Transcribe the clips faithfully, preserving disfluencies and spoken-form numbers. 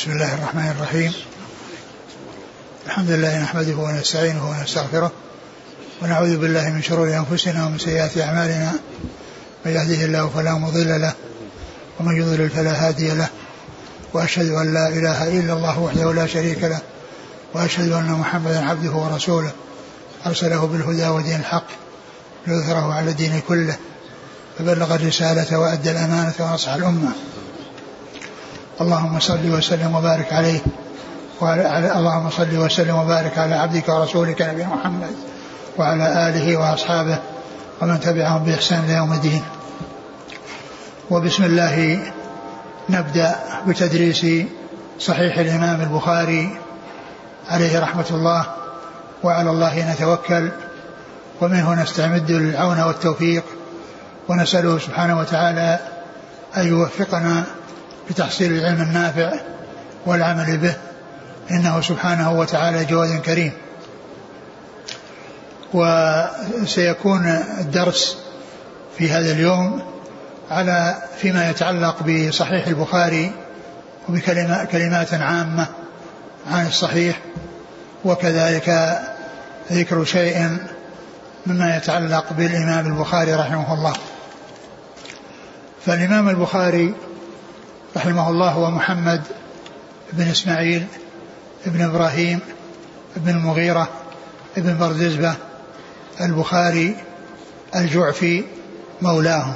بسم الله الرحمن الرحيم. الحمد لله نحمده ونستعينه ونستغفره ونعوذ بالله من شرور أنفسنا ومن سيئات أعمالنا، من يهده الله فلا مضل له ومن يضلل فلا هادي له، وأشهد أن لا إله إلا الله وحده لا شريك له، وأشهد أن محمدا عبده ورسوله أرسله بالهدى ودين الحق ليظهره على الدين كله، فبلغ الرسالة وأدى الأمانة ونصح الأمة. اللهم صل وسلم وبارك عليه وعلى اللهم صل وسلم وبارك على عبدك ورسولك نبينا محمد وعلى آله وأصحابه ومن تبعهم بإحسان إلى يوم الدين. وبسم الله نبدأ بتدريس صحيح الإمام البخاري عليه رحمة الله، وعلى الله نتوكل ومنه نستمد العون والتوفيق، ونسأله سبحانه وتعالى أن يوفقنا بتحصيل العلم النافع والعمل به، إنه سبحانه وتعالى جواد كريم. وسيكون الدرس في هذا اليوم على فيما يتعلق بصحيح البخاري وبكلمات عامة عن الصحيح، وكذلك ذكر شيء مما يتعلق بالإمام البخاري رحمه الله. فالإمام البخاري رحمه الله هو محمد بن إسماعيل بن إبراهيم بن المغيرة بن بردزبة البخاري الجعفي مولاهم،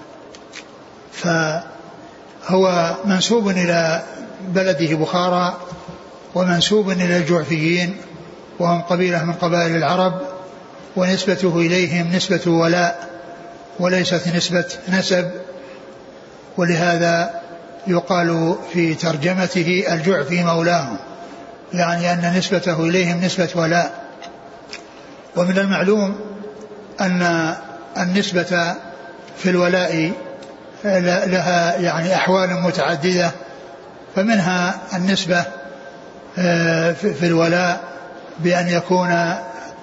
فهو منسوب إلى بلده بخارى ومنسوب إلى الجعفيين، وهم قبيلة من قبائل العرب، ونسبته إليهم نسبة ولاء وليست نسبة نسب، ولهذا يقال في ترجمته الجعفي مولاهم، يعني أن نسبته إليهم نسبة ولاء. ومن المعلوم أن النسبة في الولاء لها يعني أحوال متعددة، فمنها النسبة في الولاء بأن يكون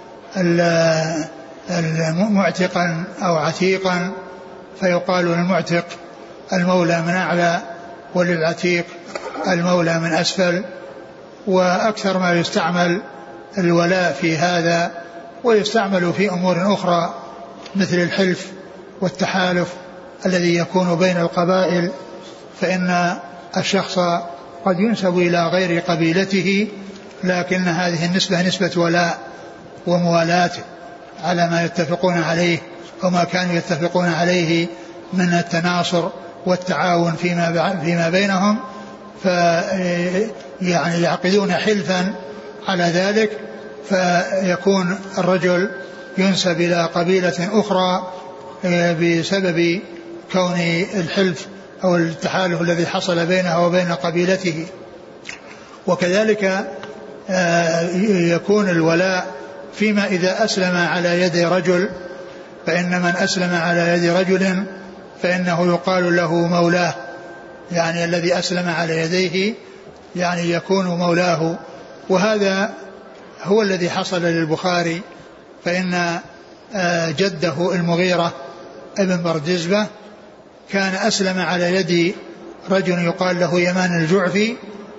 معتقا أو عتيقا، فيقال للمعتق المولى من أعلى وللعتيق المولى من أسفل. وأكثر ما يستعمل الولاء في هذا، ويستعمل في أمور أخرى مثل الحلف والتحالف الذي يكون بين القبائل، فإن الشخص قد ينسب إلى غير قبيلته، لكن هذه النسبة نسبة ولاء وموالاة على ما يتفقون عليه وما كانوا يتفقون عليه من التناصر والتعاون فيما فيما بينهم، فيعني يعقدون حلفا على ذلك، فيكون الرجل ينسب إلى قبيلة أخرى بسبب كون الحلف أو التحالف الذي حصل بينه وبين قبيلته. وكذلك يكون الولاء فيما إذا أسلم على يد رجل، فإن من أسلم على يد رجل فإنه يقال له مولاه، يعني الذي أسلم على يديه يعني يكون مولاه. وهذا هو الذي حصل للبخاري، فإن جده المغيرة ابن بردزبة كان أسلم على يد رجل يقال له يمان الجعفي،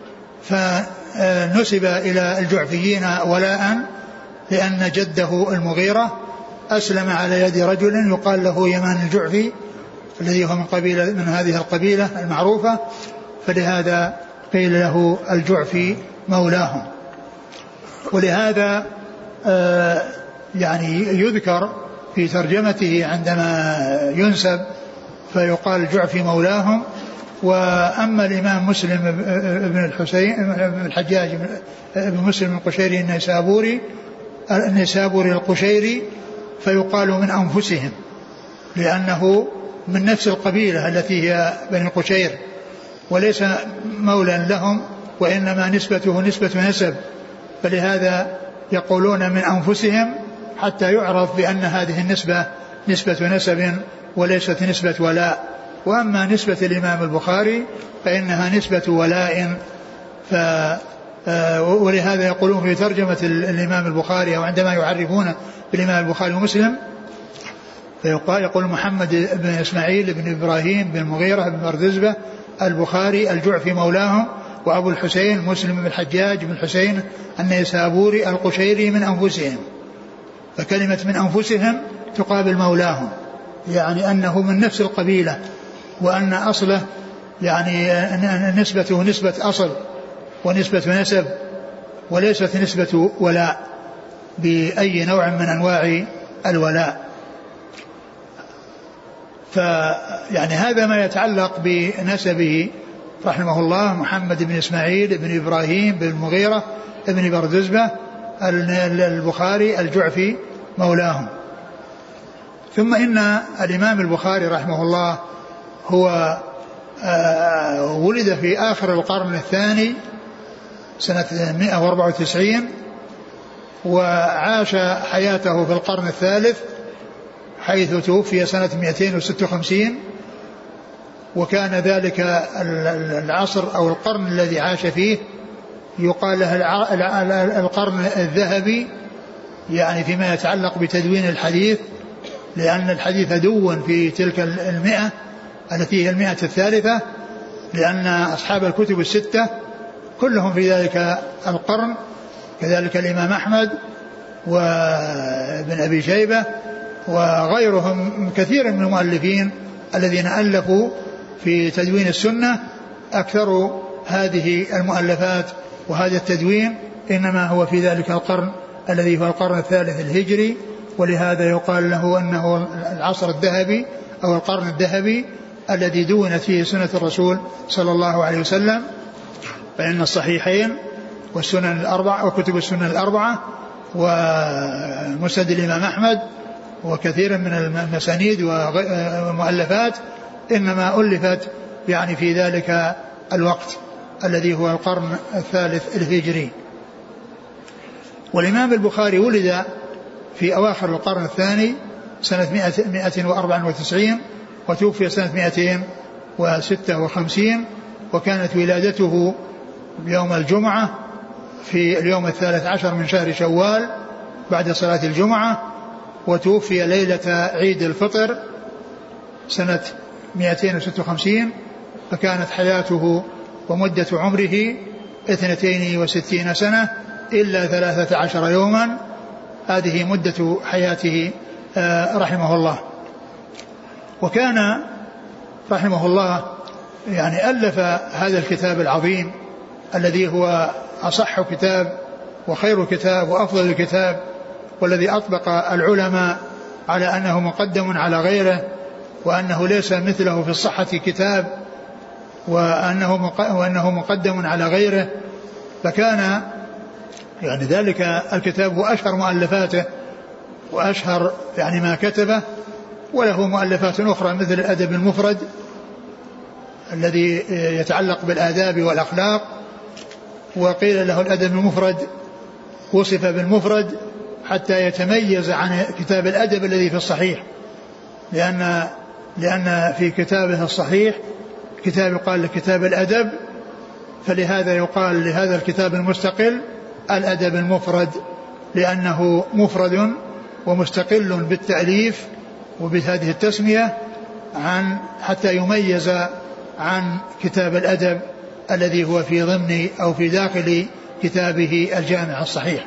فنسب إلى الجعفيين ولاء لأن جده المغيرة أسلم على يد رجل يقال له يمان الجعفي الذي هو من قبيلة من هذه القبيلة المعروفة، فلهذا قيل له الجعفي مولاهم. ولهذا آه يعني يذكر في ترجمته عندما ينسب فيقال الجعفي مولاهم. وأما الإمام مسلم بن الحسين بن الحجاج بن مسلم القشيري النيسابوري النيسابوري القشيري فيقال من أنفسهم، لأنه من نفس القبيلة التي هي بني القشير، وليس مولا لهم، وإنما نسبته نسبة نسب، فلهذا يقولون من أنفسهم حتى يعرف بأن هذه النسبة نسبة نسب وليست نسبة ولاء. وأما نسبة الإمام البخاري فإنها نسبة ولاء. ف ولهذا يقولون في ترجمة الإمام البخاري أو عندما يعرفون بالإمام البخاري ومسلم فيقال يقول محمد بن إسماعيل بن إبراهيم بن المغيرة بن بردزبة البخاري الجعفي مولاهم، وأبو الحسين مسلم بن الحجاج بن الحسين النيسابوري القشيري من أنفسهم. فكلمة من أنفسهم تقابل مولاهم، يعني أنه من نفس القبيلة، وأن أصله يعني نسبته نسبة أصل ونسبة نسب، وليست نسبة ولاء بأي نوع من أنواع الولاء. فيعني هذا ما يتعلق بنسبه رحمه الله، محمد بن إسماعيل بن إبراهيم بن المغيرة بن بردزبة البخاري الجعفي مولاهم. ثم إن الإمام البخاري رحمه الله هو ولد في آخر القرن الثاني سنة مئة وأربعة وتسعين، وعاش حياته في القرن الثالث حيث توفي سنة مئتين وستة وخمسين. وكان ذلك العصر أو القرن الذي عاش فيه يقال له القرن الذهبي، يعني فيما يتعلق بتدوين الحديث، لأن الحديث دون في تلك المئة التي هي المئة الثالثة، لأن أصحاب الكتب الستة كلهم في ذلك القرن، كذلك الإمام أحمد وابن أبي شيبة وغيرهم كثير من المؤلفين الذين ألفوا في تدوين السنة. أكثر هذه المؤلفات وهذا التدوين إنما هو في ذلك القرن الذي هو القرن الثالث الهجري، ولهذا يقال له أنه العصر الذهبي أو القرن الذهبي الذي دونت فيه سنة الرسول صلى الله عليه وسلم. فإن الصحيحين والسنن الأربعة وكتب السنن الأربعة ومسند الإمام أحمد وكثير من المسانيد ومؤلفات إنما ألفت يعني في ذلك الوقت الذي هو القرن الثالث الهجري. والإمام البخاري ولد في أواخر القرن الثاني سنة مئة وأربعة وتسعين، وتوفي سنة مئتين وستة وخمسين، وكانت ولادته يوم الجمعة في اليوم الثالث عشر من شهر شوال بعد صلاة الجمعة، وتوفي ليلة عيد الفطر سنة مئتين وستة وخمسين. فكانت حياته ومدة عمره اثنتين وستين سنة إلا ثلاثة عشر يوما، هذه مدة حياته رحمه الله. وكان رحمه الله يعني ألف هذا الكتاب العظيم الذي هو أصح كتاب وخير كتاب وأفضل الكتاب، والذي أطبق العلماء على أنه مقدم على غيره، وأنه ليس مثله في الصحة كتاب، وأنه وأنه مقدم على غيره. فكان يعني ذلك الكتاب هو أشهر مؤلفاته وأشهر يعني ما كتبه. وله مؤلفات أخرى مثل الأدب المفرد الذي يتعلق بالآداب والأخلاق، وقيل له الأدب المفرد وصف بالمفرد حتى يتميز عن كتاب الأدب الذي في الصحيح، لأن لأن في كتابه الصحيح كتاب يقال لكتاب الأدب، فلهذا يقال لهذا الكتاب المستقل الأدب المفرد، لأنه مفرد ومستقل بالتأليف وبهذه التسمية عن حتى يميز عن كتاب الأدب الذي هو في ضمن أو في داخل كتابه الجامع الصحيح.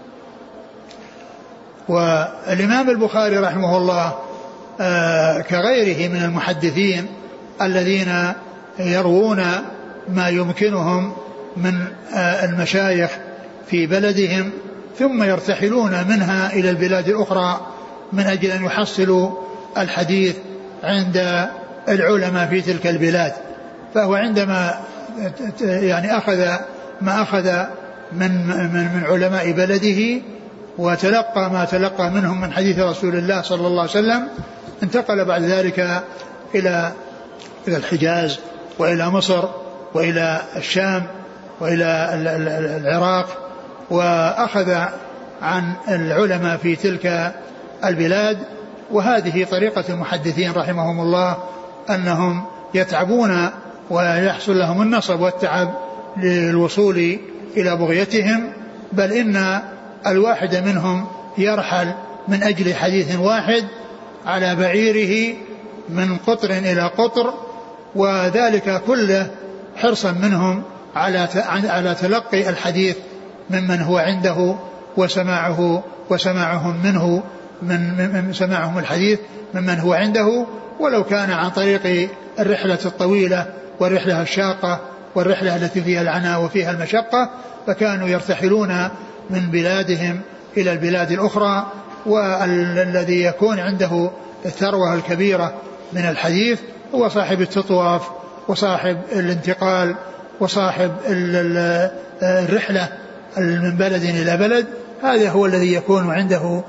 والإمام البخاري رحمه الله آه كغيره من المحدثين الذين يروون ما يمكنهم من آه المشايخ في بلدهم ثم يرتحلون منها إلى البلاد الأخرى من أجل أن يحصلوا الحديث عند العلماء في تلك البلاد. فهو عندما يعني أخذ ما أخذ من, من, من علماء بلده وتلقى ما تلقى منهم من حديث رسول الله صلى الله عليه وسلم، انتقل بعد ذلك إلى إلى الحجاز وإلى مصر وإلى الشام وإلى العراق، وأخذ عن العلماء في تلك البلاد. وهذه طريقة المحدثين رحمهم الله، أنهم يتعبون ويحصل لهم النصب والتعب للوصول إلى بغيتهم، بل إن الواحد منهم يرحل من أجل حديث واحد على بعيره من قطر إلى قطر، وذلك كله حرصا منهم على على تلقي الحديث ممن هو عنده وسماعه وسماعهم منه من, من سماعهم الحديث ممن هو عنده، ولو كان عن طريق الرحلة الطويلة والرحلة الشاقة والرحلة التي فيها العناء وفيها المشقة، فكانوا يرتحلون من بلادهم إلى البلاد الأخرى. والذي يكون عنده الثروة الكبيرة من الحديث هو صاحب التطواف وصاحب الانتقال وصاحب الرحلة من بلد إلى بلد. هذا هو الذي يكون عنده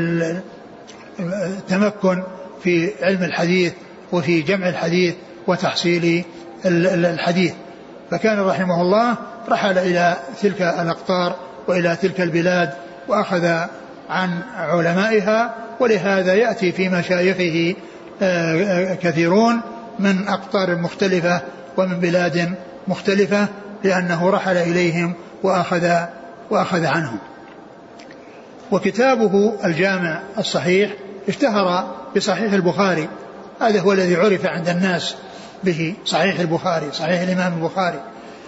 التمكن في علم الحديث وفي جمع الحديث وتحصيل الحديث. فكان رحمه الله رحل إلى تلك الأقطار وإلى تلك البلاد وأخذ عن علمائها، ولهذا يأتي في مشايخه كثيرون من أقطار مختلفة ومن بلاد مختلفة، لأنه رحل إليهم وأخذ, وأخذ عنهم. وكتابه الجامع الصحيح اشتهر بصحيح البخاري، هذا هو الذي عرف عند الناس به، صحيح البخاري، صحيح الإمام البخاري.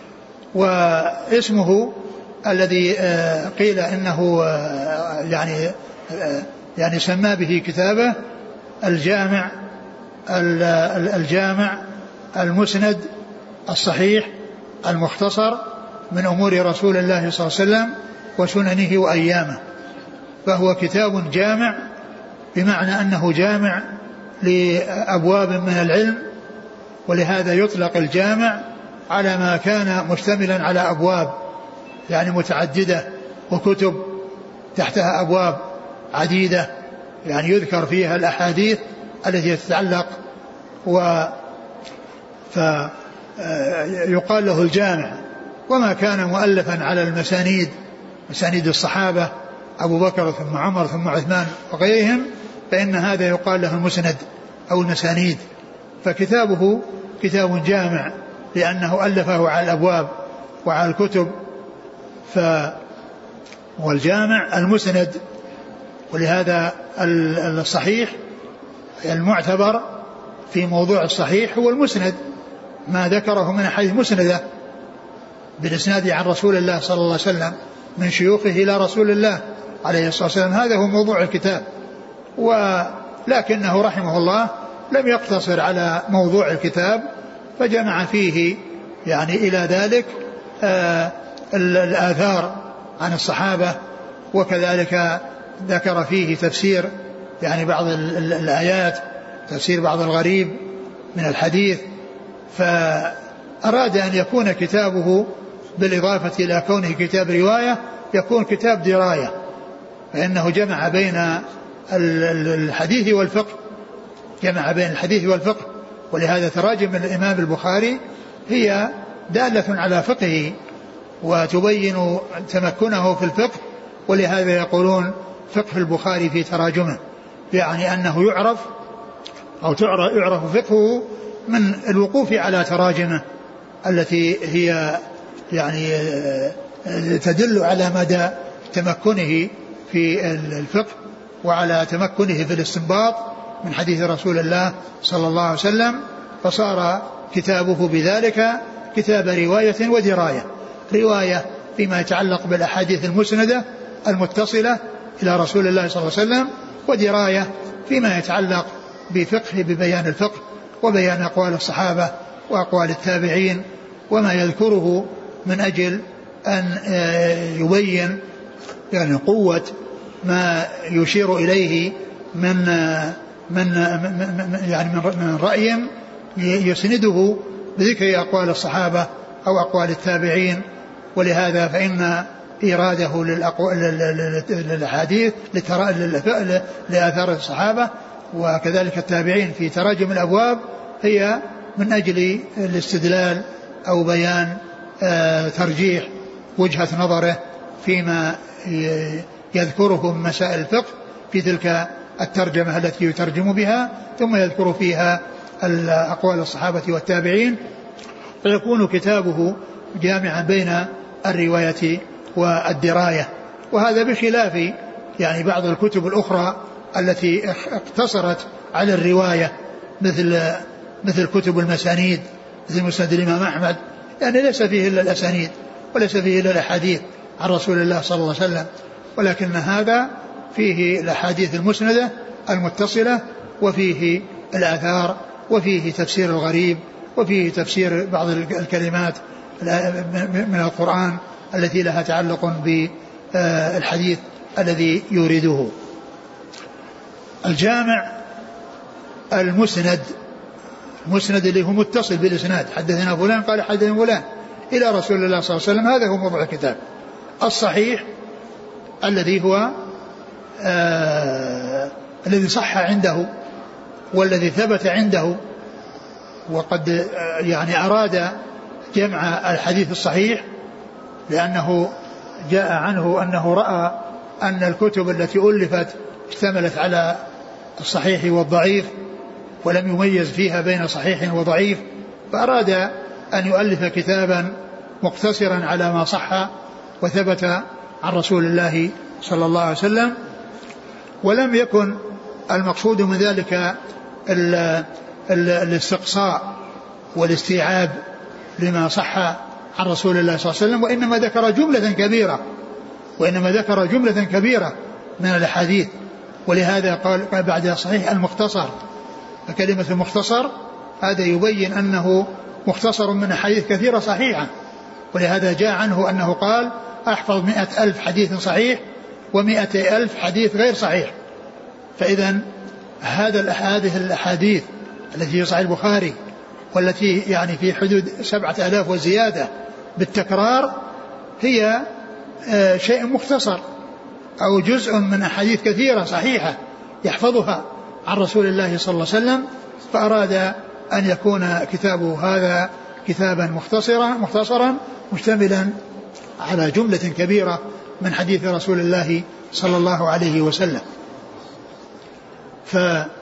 واسمه الذي قيل إنه يعني يعني سمى به كتابه الجامع الجامع المسند الصحيح المختصر من أمور رسول الله صلى الله عليه وسلم وسننه وأيامه. فهو كتاب جامع بمعنى أنه جامع لأبواب من العلم، ولهذا يطلق الجامع على ما كان مشتملا على أبواب يعني متعددة وكتب تحتها أبواب عديدة، يعني يذكر فيها الأحاديث التي تتعلق، و فيقال له الجامع. وما كان مؤلفا على المسانيد، مسانيد الصحابة أبو بكر ثم عمر ثم عثمان وغيرهم، فإن هذا يقال له المسند أو المسانيد. فكتابه كتاب جامع لأنه ألفه على الأبواب وعلى الكتب. ف والجامع المسند، ولهذا الصحيح المعتبر في موضوع الصحيح هو المسند، ما ذكره من أحاديث مسندة بالإسناد عن رسول الله صلى الله عليه وسلم من شيوخه إلى رسول الله عليه الصلاة والسلام، هذا هو موضوع الكتاب. ولكنه رحمه الله لم يقتصر على موضوع الكتاب، فجمع فيه يعني إلى ذلك آه الآثار عن الصحابة، وكذلك ذكر فيه تفسير يعني بعض الآيات، تفسير بعض الغريب من الحديث. فأراد أن يكون كتابه بالإضافة إلى كونه كتاب رواية يكون كتاب دراية، فإنه جمع بين الحديث والفقه، جمع بين الحديث والفقه. ولهذا تراجم الإمام البخاري هي دالة على فقهه وتبين تمكنه في الفقه، ولهذا يقولون فقه البخاري في تراجمه، يعني أنه يعرف أو يعرف فقهه من الوقوف على تراجمه التي هي يعني تدل على مدى تمكنه في الفقه وعلى تمكنه في الاستنباط من حديث رسول الله صلى الله عليه وسلم. فصار كتابه بذلك كتاب رواية ودراية، رواية فيما يتعلق بالأحاديث المسندة المتصلة إلى رسول الله صلى الله عليه وسلم، ودراية فيما يتعلق بفقه ببيان الفقه وبيان أقوال الصحابة وأقوال التابعين وما يذكره من أجل أن يبين يعني قوة ما يشير إليه من من يعني من رأي يسنده بذكر أقوال الصحابة أو أقوال التابعين. ولهذا فإن إراده للحديث لآثار الصحابة وكذلك التابعين في تراجم الأبواب هي من أجل الاستدلال أو بيان ترجيح وجهة نظره فيما يذكره من مسائل الفقه في تلك الترجمة التي يترجم بها، ثم يذكر فيها أقوال الصحابة والتابعين، فيكون كتابه جامعا بين الرواية والدراية. وهذا بخلاف يعني بعض الكتب الأخرى التي اقتصرت على الرواية، مثل مثل كتب المسانيد، مثل مسند الإمام أحمد يعني ليس فيه إلا الأسانيد وليس فيه إلا الأحاديث عن رسول الله صلى الله عليه وسلم، ولكن هذا فيه الأحاديث المسندة المتصلة، وفيه الآثار، وفيه تفسير الغريب، وفيه تفسير بعض الكلمات من القرآن التي لها تعلق بالحديث الذي يورده. الجامع المسند، مسند اللي هو متصل بالإسناد، حدثنا فلان قال حدثنا فلان إلى رسول الله صلى الله عليه وسلم، هذا هو موضوع الكتاب. الصحيح الذي هو آه الذي صح عنده والذي ثبت عنده، وقد آه يعني أراد جمع الحديث الصحيح لأنه جاء عنه أنه رأى أن الكتب التي ألفت اشتملت على الصحيح والضعيف ولم يميز فيها بين صحيح وضعيف، فأراد أن يؤلف كتابا مقتصرا على ما صح وثبت عن رسول الله صلى الله عليه وسلم. ولم يكن المقصود من ذلك ال ال الاستقصاء والاستيعاب لما صح عن رسول الله صلى الله عليه وسلم، وإنما ذكر جملة كبيرة وإنما ذكر جملة كبيرة من الأحاديث. ولهذا قال بعد الصحيح المختصر، فكلمة المختصر هذا يبين أنه مختصر من أحاديث كثيرة صحيحة، ولهذا جاء عنه أنه قال أحفظ مئة ألف حديث صحيح ومئة ألف حديث غير صحيح. فإذا هذا هذه الأحاديث التي في صحيح البخاري والتي يعني في حدود سبعة آلاف وزيادة بالتكرار هي شيء مختصر أو جزء من أحاديث كثيرة صحيحة يحفظها عن رسول الله صلى الله عليه وسلم، فأراد أن يكون كتابه هذا كتابا مختصرا مختصرا مشتملا على جملة كبيرة من حديث رسول الله صلى الله عليه وسلم. ف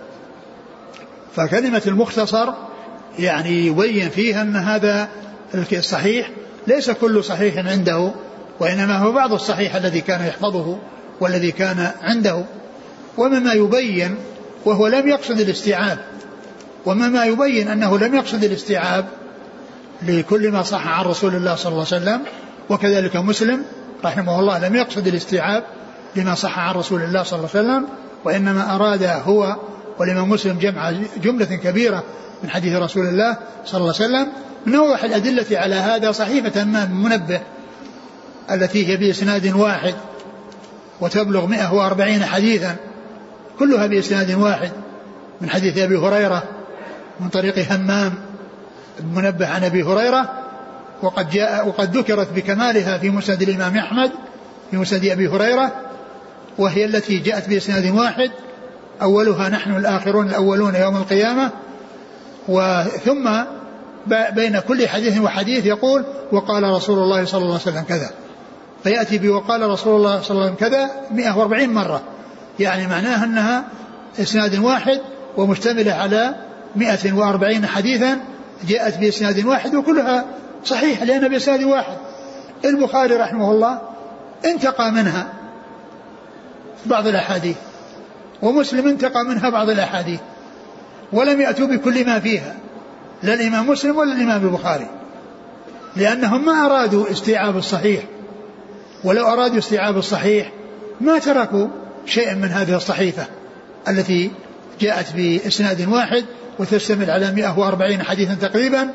فكلمة المختصر يعني يبين فيها أن هذا الصحيح ليس كل صحيح عنده، وإنما هو بعض الصحيح الذي كان يحفظه والذي كان عنده. ومما يبين وهو لم يقصد الاستيعاب، ومما يبين أنه لم يقصد الاستيعاب لكل ما صح عن رسول الله صلى الله عليه وسلم، وكذلك مسلم رحمه الله لم يقصد الاستيعاب لما صح عن رسول الله صلى الله عليه وسلم، وإنما أراد هو والإمام مسلم جمع جملة كبيرة من حديث رسول الله صلى الله عليه وسلم. من أوضح الأدلة على هذا صحيفة ما من منبه التي هي بإسناد واحد وتبلغ مئة وأربعين حديثا كلها بإسناد واحد من حديث أبي هريرة من طريق همام بن منبه عن أبي هريرة، وقد جاء وقد ذكرت بكمالها في مسند الإمام أحمد في مسند أبي هريرة، وهي التي جاءت بإسناد واحد أولها نحن الآخرون الأولون يوم القيامة، وثم بين كل حديث وحديث يقول وقال رسول الله صلى الله عليه وسلم كذا، فيأتي بوقال رسول الله صلى الله عليه وسلم كذا مئة وأربعين مرة، يعني معناها أنها إسناد واحد ومشتملة على مئة وأربعين حديثا جاءت بإسناد واحد وكلها صحيح لأن بإسناد واحد. البخاري رحمه الله انتقى منها بعض الأحاديث، ومسلم انتقى منها بعض الأحاديث، ولم يأتوا بكل ما فيها لا الإمام مسلم ولا الإمام البخاري، لأنهم ما أرادوا استيعاب الصحيح، ولو أرادوا استيعاب الصحيح ما تركوا شيئا من هذه الصحيفة التي جاءت بإسناد واحد وتشتمل على مئة وأربعين حديثا تقريبا.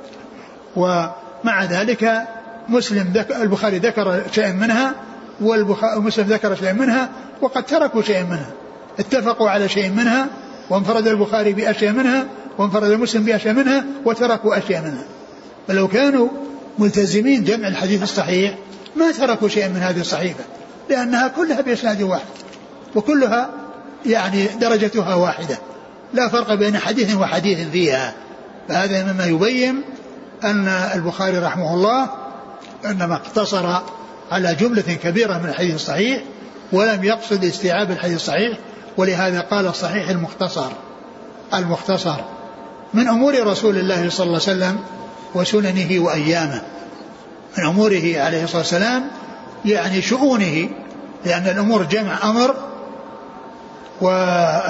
ومع ذلك مسلم ذكر البخاري ذكر شيئا منها ومسلم ذكر شيئا منها، وقد تركوا شيئا منها، اتفقوا على شيء منها وانفرد البخاري بأشياء منها وانفرد المسلم بأشياء منها وتركوا أشياء منها. فلو كانوا ملتزمين جمع الحديث الصحيح ما تركوا شيئا من هذه الصحيفة، لأنها كلها بإسناد واحد وكلها يعني درجتها واحدة، لا فرق بين حديث وحديث فيها. فهذا مما يبين أن البخاري رحمه الله إنما اقتصر على جملة كبيرة من الحديث الصحيح ولم يقصد استيعاب الحديث الصحيح، ولهذا قال الصحيح المختصر. المختصر من أمور رسول الله صلى الله عليه وسلم وسننه وأيامه، من أموره عليه الصلاة والسلام يعني شؤونه، لأن الأمور جمع أمر،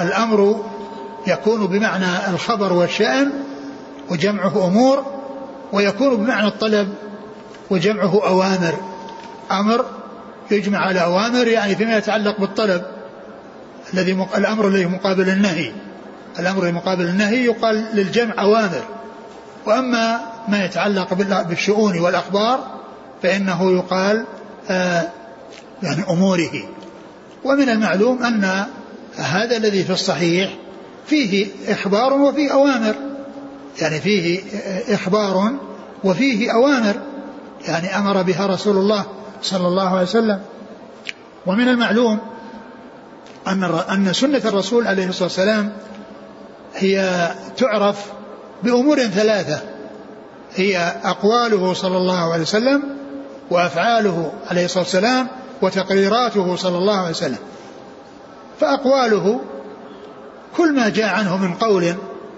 والأمر يكون بمعنى الخبر والشأن وجمعه أمور، ويكون بمعنى الطلب وجمعه أوامر. أمر يجمع على أوامر يعني فيما يتعلق بالطلب الذي الأمر الذي مقابل النهي، الأمر المقابل النهي يقال للجمع أوامر. وأما ما يتعلق بالشؤون والأخبار فإنه يقال آه يعني أموره. ومن المعلوم أن هذا الذي في الصحيح فيه إخبار وفيه أوامر، يعني فيه إخبار وفيه أوامر، يعني أمر بها رسول الله صلى الله عليه وسلم. ومن المعلوم أن أن سنة الرسول عليه الصلاة والسلام هي تعرف بأمور ثلاثة، هي أقواله صلى الله عليه وسلم وأفعاله عليه الصلاة والسلام وتقريراته صلى الله عليه وسلم. فأقواله كل ما جاء عنه من قول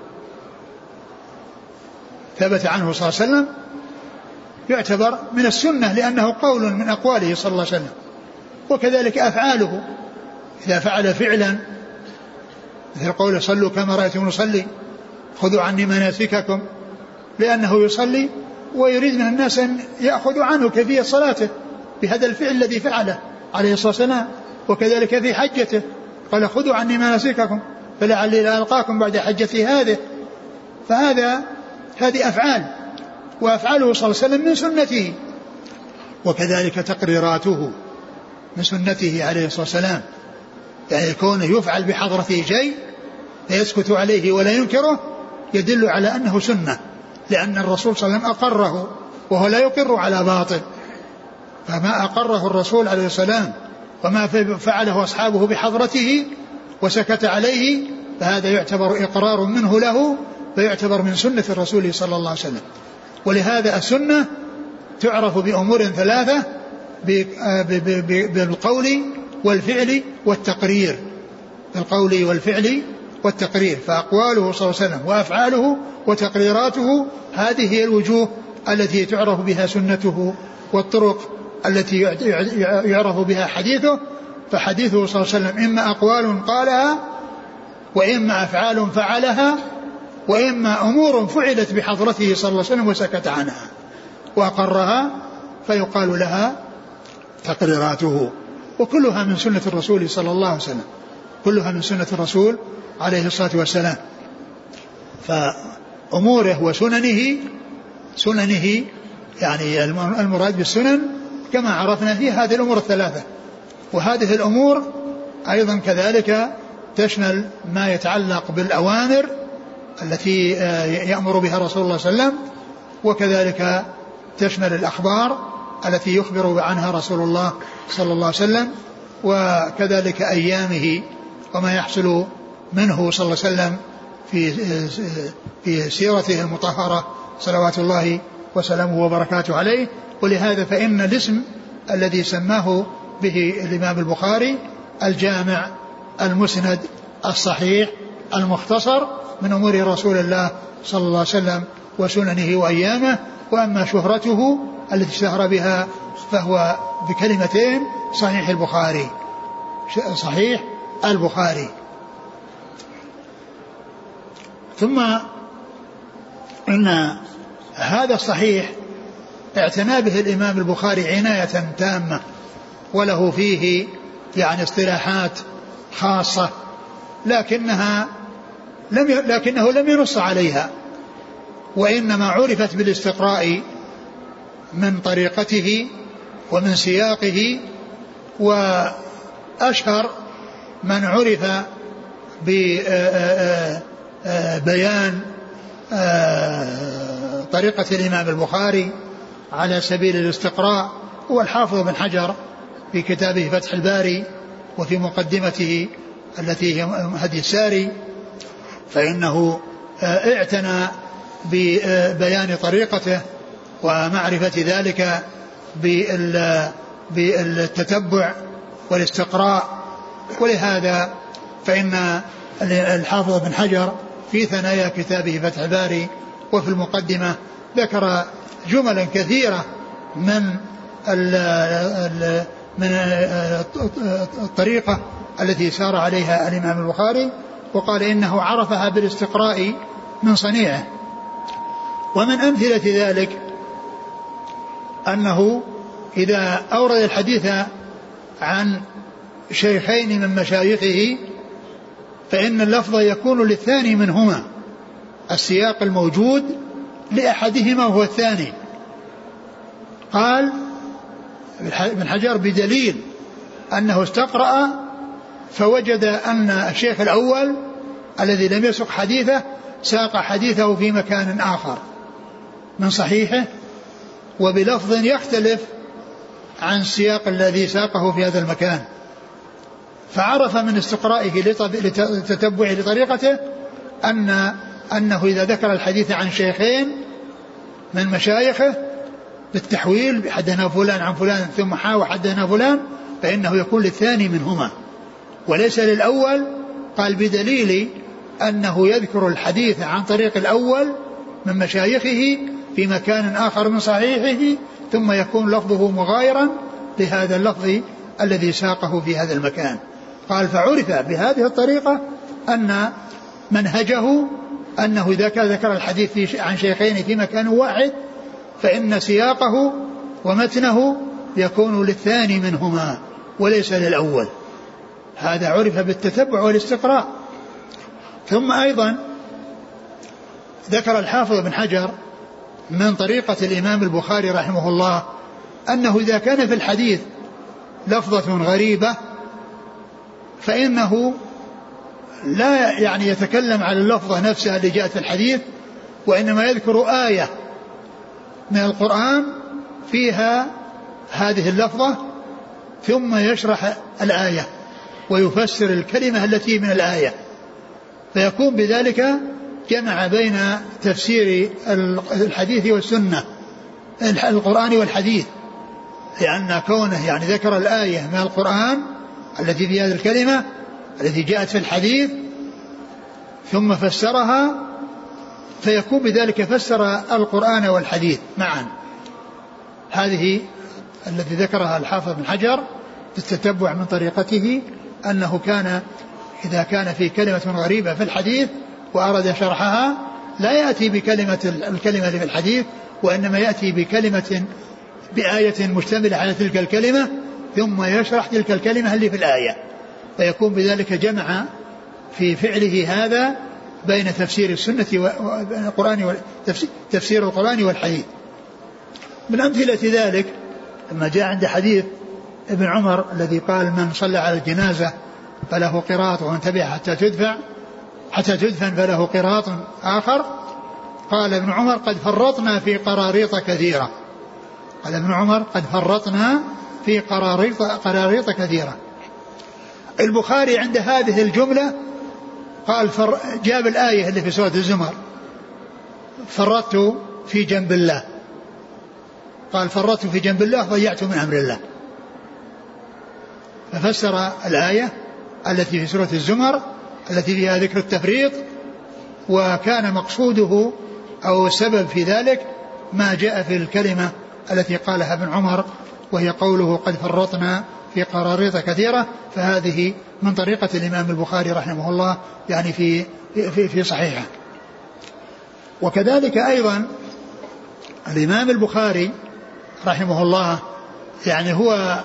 ثبت عنه صلى الله عليه وسلم يعتبر من السنة لأنه قول من أقواله صلى الله عليه وسلم. وكذلك أفعاله إذا فعل فعلا مثل قوله صلوا كما رأيتم نصلي، خذوا عني مناسككم، لأنه يصلي ويريد من الناس أن يأخذوا عنه كيفية صلاته بهذا الفعل الذي فعله عليه الصلاة والسلام. وكذلك في حجته قال خذوا عني مناسككم فلعلي لا ألقاكم بعد حجتي هذه. فهذا هذه أفعال، وأفعاله صلى الله عليه وسلم من سنته، وكذلك تقريراته من سنته عليه الصلاة والسلام، يعني كونه يفعل بحضرته شيء فيسكت عليه ولا ينكره يدل على أنه سنة، لأن الرسول صلى الله عليه وسلم أقره وهو لا يقر على باطل. فما أقره الرسول عليه السلام وما فعله أصحابه بحضرته وسكت عليه فهذا يعتبر إقرار منه له، فيعتبر من سنة الرسول صلى الله عليه وسلم. ولهذا السنة تعرف بأمور ثلاثة، بالقول والفعل والتقرير، بالقول والفعل والتقرير. فأقواله صلى الله عليه وسلم وأفعاله وتقريراته هذه هي الوجوه التي تعرف بها سنته والطرق التي يعرف بها حديثه. فحديثه صلى الله عليه وسلم إما أقوال قالها وإما أفعال فعلها وإما أمور فعلت بحضرته صلى الله عليه وسلم وسكت عنها وأقرها فيقال لها تقريراته. وكلها من سنة الرسول صلى الله عليه وسلم، كلها من سنة الرسول عليه الصلاة والسلام. فأموره وسننه سننه يعني المراد بالسنن كما عرفنا هي هذه الأمور الثلاثة. وهذه الأمور أيضا كذلك تشمل ما يتعلق بالأوامر التي يأمر بها رسول الله صلى الله عليه وسلم، وكذلك تشمل الأخبار التي يخبر عنها رسول الله صلى الله عليه وسلم، وكذلك أيامه وما يحصل منه صلى الله عليه وسلم في في سيرته المطهرة صلوات الله وسلامه وبركاته عليه. ولهذا فإن الاسم الذي سماه به الإمام البخاري الجامع المسند الصحيح المختصر من أمور رسول الله صلى الله عليه وسلم وسننه وأيامه. وأما شهرته التي اشتهر بها فهو بكلمتين صحيح البخاري، صحيح البخاري. ثم إن هذا الصحيح اعتنى به الإمام البخاري عناية تامة، وله فيه يعني اصطلاحات خاصة لكنها لم لكنه لم ينص عليها، وإنما عرفت بالاستقراء من طريقته ومن سياقه. وأشهر من عرف ببيان طريقة الإمام البخاري على سبيل الاستقراء هو الحافظ بن حجر في كتابه فتح الباري وفي مقدمته التي هي هدي الساري، فإنه اعتنى ببيان طريقته ومعرفة ذلك بالتتبع والاستقراء. ولهذا فإن الحافظ بن حجر في ثنايا كتابه فتح الباري وفي المقدمة ذكر جملا كثيرة من من الطريقة التي سار عليها الإمام البخاري، وقال إنه عرفها بالاستقراء من صنيعه. ومن أمثلة ذلك أنه إذا أورد الحديث عن شيخين من مشايخه فإن اللفظ يكون للثاني منهما، السياق الموجود لأحدهما هو الثاني. قال ابن حجر بدليل أنه استقرأ فوجد أن الشيخ الأول الذي لم يسق حديثه ساق حديثه في مكان آخر من صحيحه وبلفظ يختلف عن السياق الذي ساقه في هذا المكان، فعرف من استقرائه لتتبعه لطريقته أن أنه إذا ذكر الحديث عن شيخين من مشايخه بالتحويل حدثنا فلان عن فلان ثم حا وحدثنا فلان فإنه يكون للثاني منهما وليس للأول. قال بدليل أنه يذكر الحديث عن طريق الأول من مشايخه في مكان آخر من صحيحه ثم يكون لفظه مغايرا لهذا اللفظ الذي ساقه في هذا المكان. قال فعرف بهذه الطريقة أن منهجه أنه إذا كان ذكر الحديث عن شيخين في مكان واحد فإن سياقه ومتنه يكون للثاني منهما وليس للأول. هذا عرف بالتتبع والاستقراء. ثم أيضا ذكر الحافظ بن حجر من طريقة الإمام البخاري رحمه الله أنه إذا كان في الحديث لفظة غريبة فإنه لا يعني يتكلم على اللفظة نفسها اللي جاءت في الحديث وإنما يذكر آية من القرآن فيها هذه اللفظة ثم يشرح الآية ويفسر الكلمة التي من الآية، فيكون بذلك جمع بين تفسير الحديث والسنة القرآن والحديث، لأن كونه يعني ذكر الآية من القرآن التي في هذه الكلمة التي جاءت في الحديث ثم فسرها فيكون بذلك فسر القرآن والحديث معا. هذه التي ذكرها الحافظ بن حجر بالتتبع من طريقته أنه كان إذا كان في كلمة غريبة في الحديث وأراد شرحها لا يأتي بكلمة الكلمة اللي في الحديث وإنما يأتي بكلمة بآية مشتملة على تلك الكلمة ثم يشرح تلك الكلمة اللي في الآية، فيكون بذلك جمع في فعله هذا بين تفسير السنة والقرآن تفسير القرآن والحديث. من أمثلة ذلك لما جاء عند حديث ابن عمر الذي قال من صلى على الجنازة فله قراط ومن تبعها حتى تدفع حتى تدفن فله قراط آخر، قال ابن عمر قد فرطنا في قراريط كثيرة. قال ابن عمر قد فرطنا في قراريط, قراريط كثيرة. البخاري عند هذه الجملة قال فر جاب الآية اللي في سورة الزمر فرطت في جنب الله، قال فرطت في جنب الله ضيعت من أمر الله، ففسر الآية التي في سورة الزمر التي فيها ذكر التفريط، وكان مقصوده أو السبب في ذلك ما جاء في الكلمة التي قالها ابن عمر وهي قوله قد فرطنا في قراريط كثيرة، فهذه من طريقة الإمام البخاري رحمه الله يعني في في في صحيحه. وكذلك أيضا الإمام البخاري رحمه الله يعني هو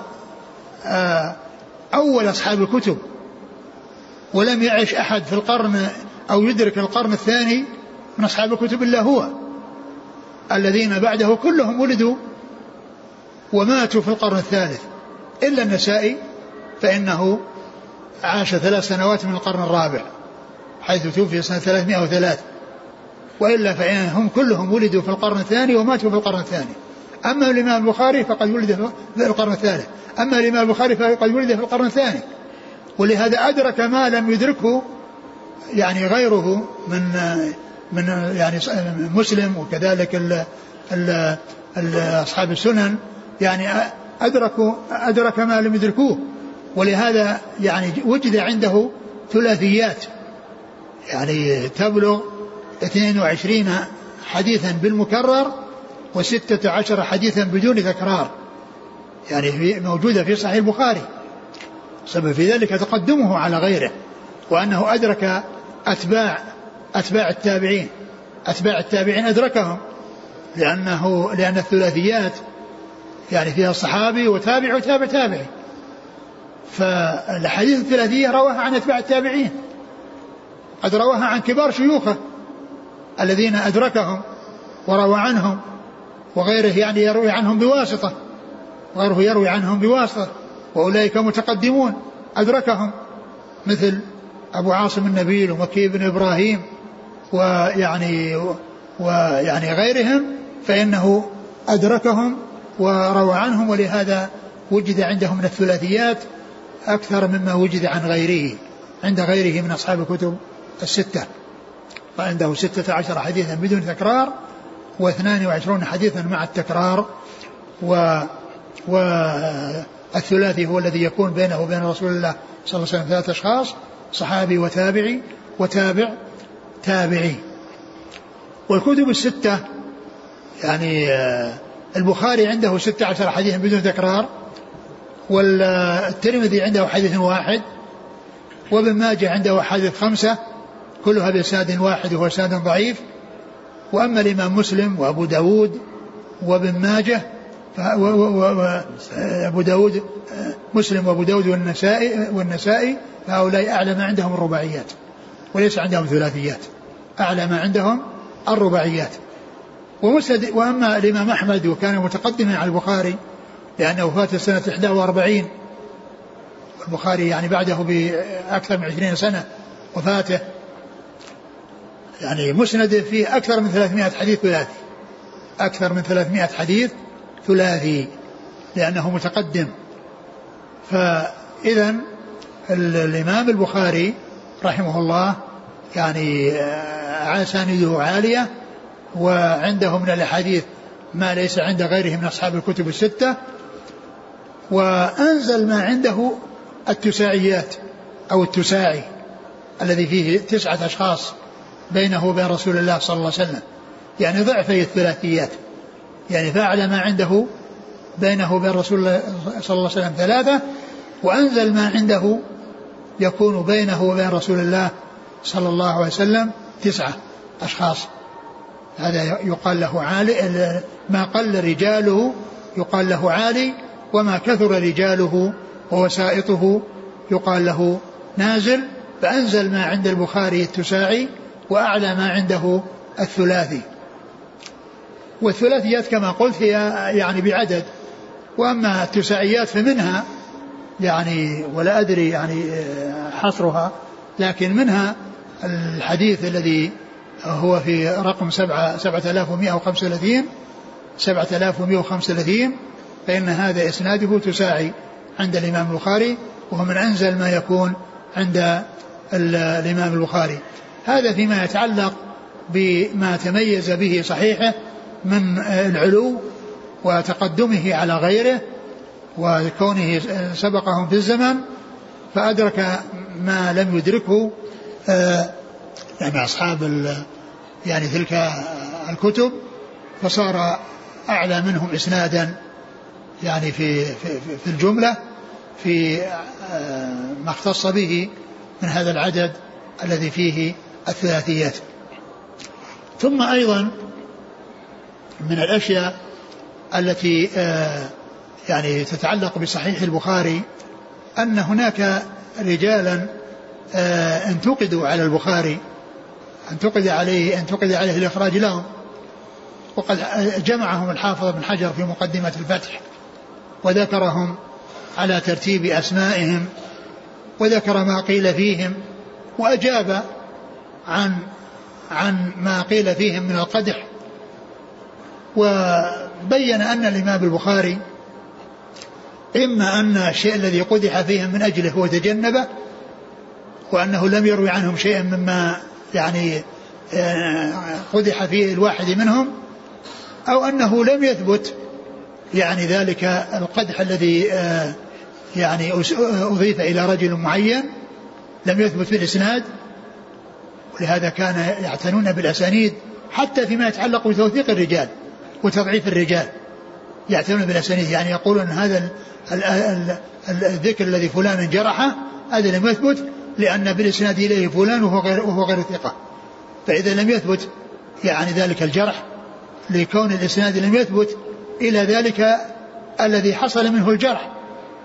أول أصحاب الكتب، ولم يعش أحد في القرن أو يدرك القرن الثاني من أصحاب الكتب إلا هو، الذين بعده كلهم ولدوا وماتوا في القرن الثالث إلا النسائي فإنه عاش ثلاث سنوات من القرن الرابع حيث توفي سنة ثلاثمائة وثلاثة، وإلا فإنهم كلهم ولدوا في القرن الثاني وماتوا في القرن الثاني. أما الإمام البخاري فقد ولد في القرن الثالث، أما الإمام البخاري فقد ولد في القرن الثاني، ولهذا أدرك ما لم يدركه يعني غيره من من يعني مسلم وكذلك ال ال ال أصحاب السنن، يعني أدركوا أدرك ما لم يدركوه، ولهذا يعني وجد عنده ثلاثيات يعني تبلغ اثنين وعشرين حديثا بالمكرر وستة عشر حديثا بدون تكرار، يعني موجودة في صحيح البخاري، سبب في ذلك تقدمه على غيره، وأنه أدرك أتباع أتباع التابعين أتباع التابعين أدركهم، لأنه لأن الثلاثيات يعني فيها الصحابي وتابع وتابع تابعي، فالحديث الثلاثية رواها عن أتباع التابعين، قد رواها عن كبار شيوخه الذين أدركهم وروى عنهم، وغيره يعني يروي عنهم بواسطة، وغيره يروي عنهم بواسطة، وأولئك متقدمون أدركهم مثل أبو عاصم النبيل ومكي بن إبراهيم ويعني ويعني غيرهم، فإنه أدركهم وروى عنهم، ولهذا وجد عندهم من الثلاثيات أكثر مما وجد عن غيره عند غيره من أصحاب الكتب الستة، فعنده ستة عشر حديثا بدون تكرار واثنان وعشرون حديثا مع التكرار. و والثلاثي هو الذي يكون بينه وبين رسول الله صلى الله عليه وسلم ثلاثة أشخاص، صحابي وتابعي وتابع تابعي. والكتب الستة يعني البخاري عنده ستة عشر حديثا بدون تكرار، والترمذي عنده حديث واحد، وابن ماجه عنده حديث خمسة كلها بإسناد واحد وهو إسناد ضعيف. وأما الإمام مسلم وأبو داود وابن ماجه وأبو داود مسلم وأبو داود والنسائي, والنسائي فهؤلاء أعلى ما عندهم الرباعيات وليس عندهم ثلاثيات، أعلى ما عندهم الرباعيات. وأما الإمام أحمد وكان متقدما على البخاري لأنه فات سنة إحدى وأربعين، والبخاري يعني بعده بأكثر من عشرين سنة وفاته، يعني مسند فيه أكثر من ثلاثمائة حديث ثلاثي، أكثر من ثلاثمائة حديث ثلاثي لأنه متقدم. فإذا الإمام البخاري رحمه الله يعني أسانيده عالية، وعنده من الأحاديث ما ليس عند غيره من أصحاب الكتب الستة، وأنزل ما عنده التساعيات أو التساعي الذي فيه تسعة أشخاص بينه وبين رسول الله صلى الله عليه وسلم، يعني ضعفي الثلاثيات، يعني فأعلى ما عنده بينه وبين رسول الله صلى الله عليه وسلم ثلاثة، وأنزل ما عنده يكون بينه وبين رسول الله صلى الله عليه وسلم تسعة أشخاص. هذا يقال له عالي، ما قل رجاله يقال له عالي، وما كثر رجاله ووسائطه يقال له نازل. فأنزل ما عند البخاري التساعي، وأعلى ما عنده الثلاثي. والثلاثيات كما قلت هي يعني بعدد، وأما التساعيات فمنها يعني ولا أدري يعني حصرها، لكن منها الحديث الذي هو في رقم سبعة سبعة آلاف ومائة وخمسة وثلاثين سبعة آلاف ومائة وخمسة وثلاثين، فإن هذا إسناده تساعي عند الإمام البخاري، وهو من أنزل ما يكون عند الإمام البخاري. هذا فيما يتعلق بما تميز به صحيحه من العلو وتقدمه على غيره وكونه سبقهم في الزمن فأدرك ما لم يدركه يعني أصحاب يعني تلك الكتب، فصار أعلى منهم إسنادا يعني في, في, في الجملة في ما اختص به من هذا العدد الذي فيه الثلاثيات. ثم أيضا من الأشياء التي يعني تتعلق بصحيح البخاري أن هناك رجالا انتقدوا على البخاري، انتقد عليه انتقد عليه الإخراج لهم، وقد جمعهم الحافظ بن حجر في مقدمة الفتح وذكرهم على ترتيب أسمائهم وذكر ما قيل فيهم وأجاب عن عن ما قيل فيهم من القدح، وبين أن الإمام البخاري إما أن الشيء الذي قدح فيهم من أجله هو تجنبه، وأنه لم يروي عنهم شيئا مما يعني قدح فيه الواحد منهم، أو أنه لم يثبت يعني ذلك القدح الذي يعني أضيف إلى رجل معين لم يثبت في الإسناد. ولهذا كان يعتنون بالأسانيد حتى فيما يتعلق بتوثيق الرجال وتضعيف الرجال، يعتنون بالأسانيد، يعني يقولون هذا الذكر الذي فلان جرحه هذا لم يثبت لأن بالإسناد إليه فلان وهو غير, وهو غير ثقة، فإذا لم يثبت يعني ذلك الجرح لكون الإسناد لم يثبت إلى ذلك الذي حصل منه الجرح،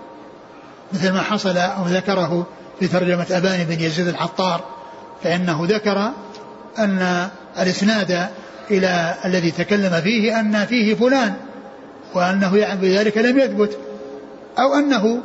مثل ما حصل أو ذكره في ترجمة أبان بن يزيد العطار، فإنه ذكر أن الإسناد إلى الذي تكلم فيه أن فيه فلان، وأنه يعني بذلك لم يثبت، أو أنه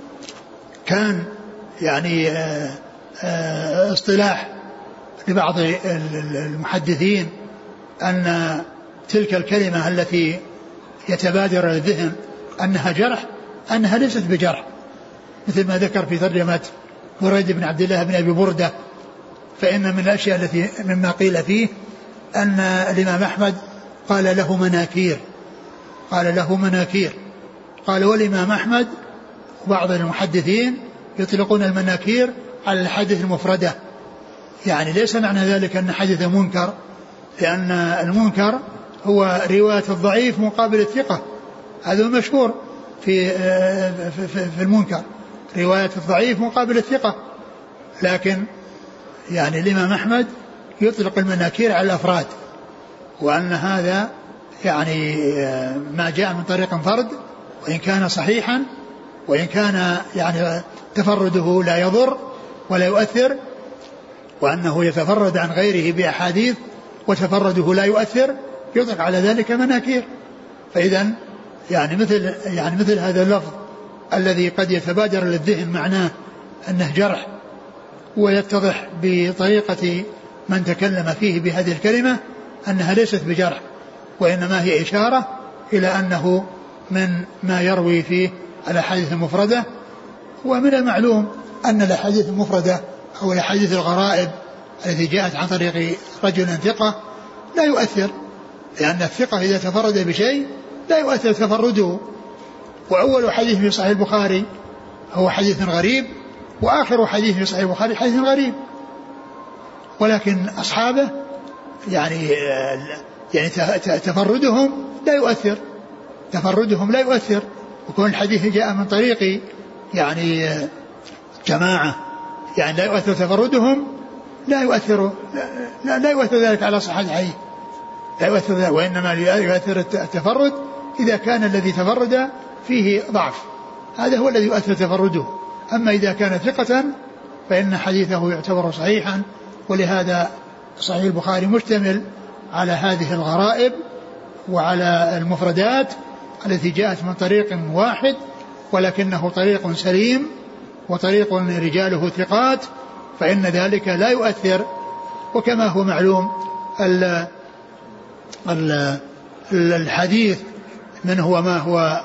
كان يعني آآ آآ اصطلاح لبعض المحدثين أن تلك الكلمة التي يتبادر للذهن أنها جرح أنها ليست بجرح، مثل ما ذكر في ترجمة بريد بن عبد الله بن أبي بردة. فإن من الأشياء التي مما قيل فيه أن الإمام أحمد قال له مناكير، قال له مناكير قال والإمام أحمد وبعض المحدثين يطلقون المناكير على الحديث المفردة، يعني ليس معنى ذلك أن حديث منكر، لأن المنكر هو رواية الضعيف مقابل الثقة، هذا مشهور في في المنكر، رواية الضعيف مقابل الثقة. لكن يعني الإمام أحمد يطلق المناكير على الأفراد، وأن هذا يعني ما جاء من طريق فرد وإن كان صحيحا، وإن كان يعني تفرده لا يضر ولا يؤثر، وأنه يتفرد عن غيره بأحاديث وتفرده لا يؤثر، يطلق على ذلك مناكير. فإذا يعني مثل يعني مثل هذا اللفظ الذي قد يتبادر للذهن معناه أنه جرح، ويتضح بطريقة من تكلم فيه بهذه الكلمة أنها ليست بجرح، وإنما هي إشارة إلى أنه من ما يروي فيه الأحاديث المفردة. ومن المعلوم أن الأحاديث المفردة أو الأحاديث الغرائب التي جاءت عن طريق رجل ثقة لا يؤثر، لأن الثقة إذا تفرد بشيء لا يؤثر تفرده. وأول حديث في صحيح البخاري هو حديث غريب، وآخر حديث في صحيح البخاري حديث غريب، ولكن أصحابه يعني يعني تفردهم لا يؤثر، تفردهم لا يؤثر. وكون الحديث جاء من طريق يعني جماعة يعني لا يؤثر تفردهم، لا يؤثر لا, لا يؤثر ذلك على صحة الحديث، لا يؤثر ذلك، وإنما يؤثر التفرد إذا كان الذي تفرد فيه ضعف، هذا هو الذي يؤثر تفرده. أما إذا كان ثقة فإن حديثه يعتبر صحيحا. ولهذا صحيح البخاري مشتمل على هذه الغرائب وعلى المفردات التي جاءت من طريق واحد، ولكنه طريق سليم وطريق رجاله ثقات، فإن ذلك لا يؤثر. وكما هو معلوم ال ال الحديث من هو ما هو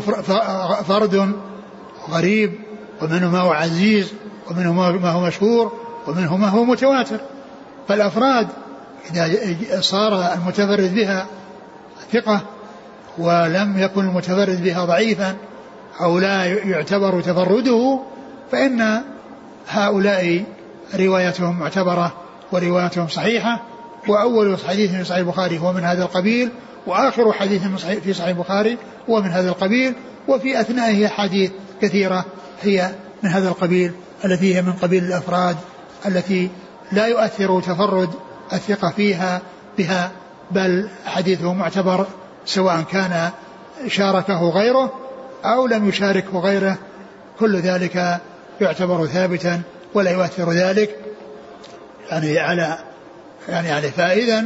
فرد غريب، ومنه ما هو عزيز، ومنه ما هو مشهور، ومنه ما هو متواتر. فالأفراد إذا صار المتفرد بها ثقة ولم يكن المتفرد بها ضعيفا أو لا يعتبر تفرده، فإن هؤلاء روايتهم معتبرة وروايتهم صحيحة. وأول حديث في صحيح البخاري هو من هذا القبيل، وآخر حديث في صحيح البخاري هو من هذا القبيل، وفي أثنائه حديث كثيرة هي من هذا القبيل التي هي من قبيل الأفراد التي لا يؤثر تفرد الثقة فيها بها، بل حديثه معتبر سواء كان شاركه غيره أو لم يشاركه غيره، كل ذلك يعتبر ثابتا ولا يؤثر ذلك يعني على يعني على فائدا.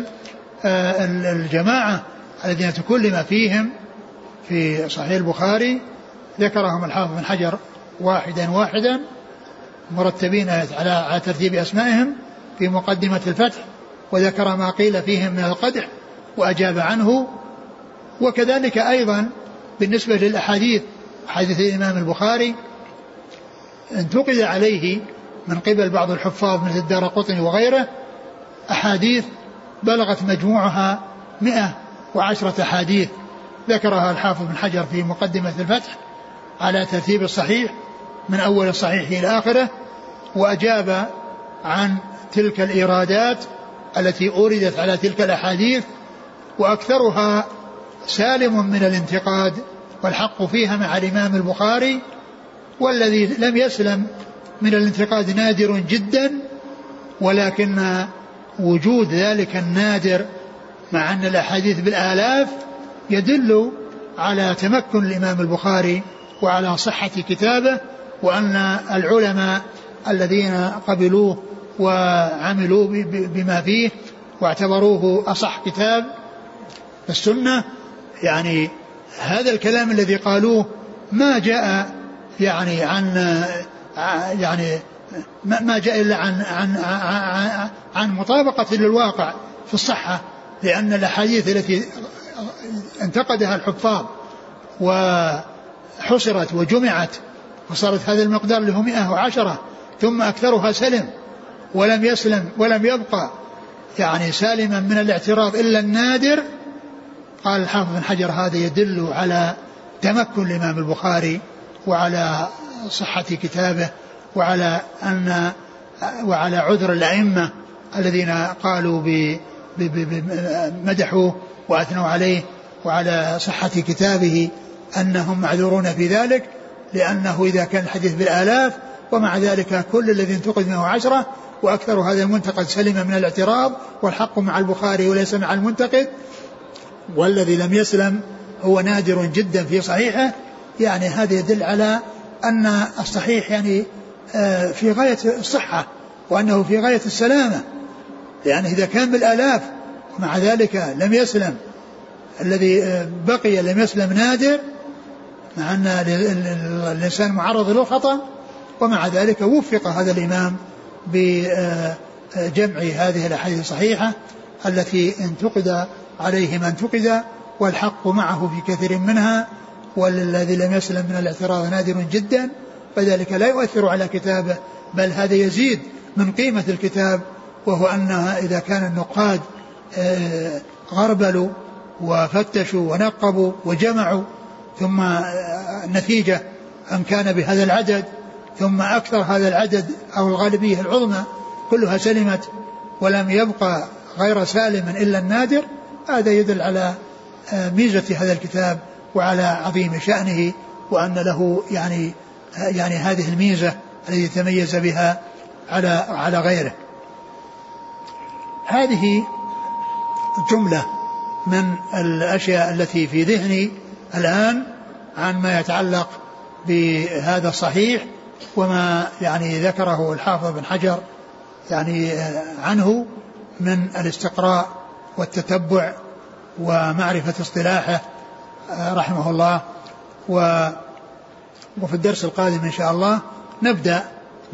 الجماعة الذين تكلم فيهم في صحيح البخاري ذكرهم الحافظ بن حجر واحدا واحدا مرتبين على ترتيب أسمائهم في مقدمة الفتح، وذكر ما قيل فيهم من القدح وأجاب عنه. وكذلك أيضا بالنسبة للأحاديث، حديث الإمام البخاري انتقد عليه من قبل بعض الحفاظ مثل الدارقطني وغيره أحاديث بلغت مجموعها مئة وعشرة أحاديث، ذكرها الحافظ بن حجر في مقدمة الفتح على ترتيب الصحيح من أول الصحيح إلى آخره، وأجاب عن تلك الإيرادات التي أوردت على تلك الأحاديث، وأكثرها سالم من الانتقاد والحق فيها مع الإمام البخاري، والذي لم يسلم من الانتقاد نادر جدا، ولكن وجود ذلك النادر مع أن الأحاديث بالآلاف يدل على تمكن الإمام البخاري وعلى صحة كتابه، وأن العلماء الذين قبلوه وعملوا بما فيه واعتبروه أصح كتاب السنة، يعني هذا الكلام الذي قالوه ما جاء يعني عن يعني ما جاء إلا عن عن عن, عن مطابقة للواقع في الصحة، لأن الأحاديث التي انتقدها الحفاظ وحصرت وجمعت وصارت هذا المقدار اللي هو مئة وعشرة ثم أكثرها سلم ولم يسلم ولم يبقى يعني سالما من الاعتراض إلا النادر. قال الحافظ بن حجر هذا يدل على تمكن الإمام البخاري وعلى صحة كتابه وعلى أن وعلى عذر الأئمة الذين قالوا بمدحوه وأثنوا عليه وعلى صحة كتابه أنهم معذورون في ذلك، لأنه إذا كان الحديث بالآلاف ومع ذلك كل الذي انتقد منه عشرة وأكثر هذا المنتقد سلم من الاعتراض، والحق مع البخاري وليس مع المنتقد، والذي لم يسلم هو نادر جدا في صحيحه. يعني هذا يدل على أن الصحيح يعني في غاية الصحة وأنه في غاية السلامة، لأن إذا كان بالآلاف ومع ذلك لم يسلم الذي بقي لم يسلم نادر، مع أن الإنسان معرض له خطأ، ومع ذلك وفق هذا الإمام بجمع هذه الأحاديث الصحيحة التي انتقد عليه ما انتقد والحق معه في كثير منها، والذي لم يسلم من الاعتراض نادر جدا، فذلك لا يؤثر على كتابه، بل هذا يزيد من قيمة الكتاب، وهو أنها إذا كان النقاد غربلوا وفتشوا ونقبوا وجمعوا ثم النتيجة أن كان بهذا العدد ثم أكثر هذا العدد أو الغالبية العظمى كلها سلمت ولم يبقى غير سالم إلا النادر، هذا يدل على ميزة هذا الكتاب وعلى عظيم شأنه، وأن له يعني يعني هذه الميزة التي تميز بها على على غيره. هذه جملة من الأشياء التي في ذهني الآن عن ما يتعلق بهذا الصحيح، وما يعني ذكره الحافظ بن حجر يعني عنه من الاستقراء والتتبع ومعرفة اصطلاحه رحمه الله. وفي الدرس القادم إن شاء الله نبدأ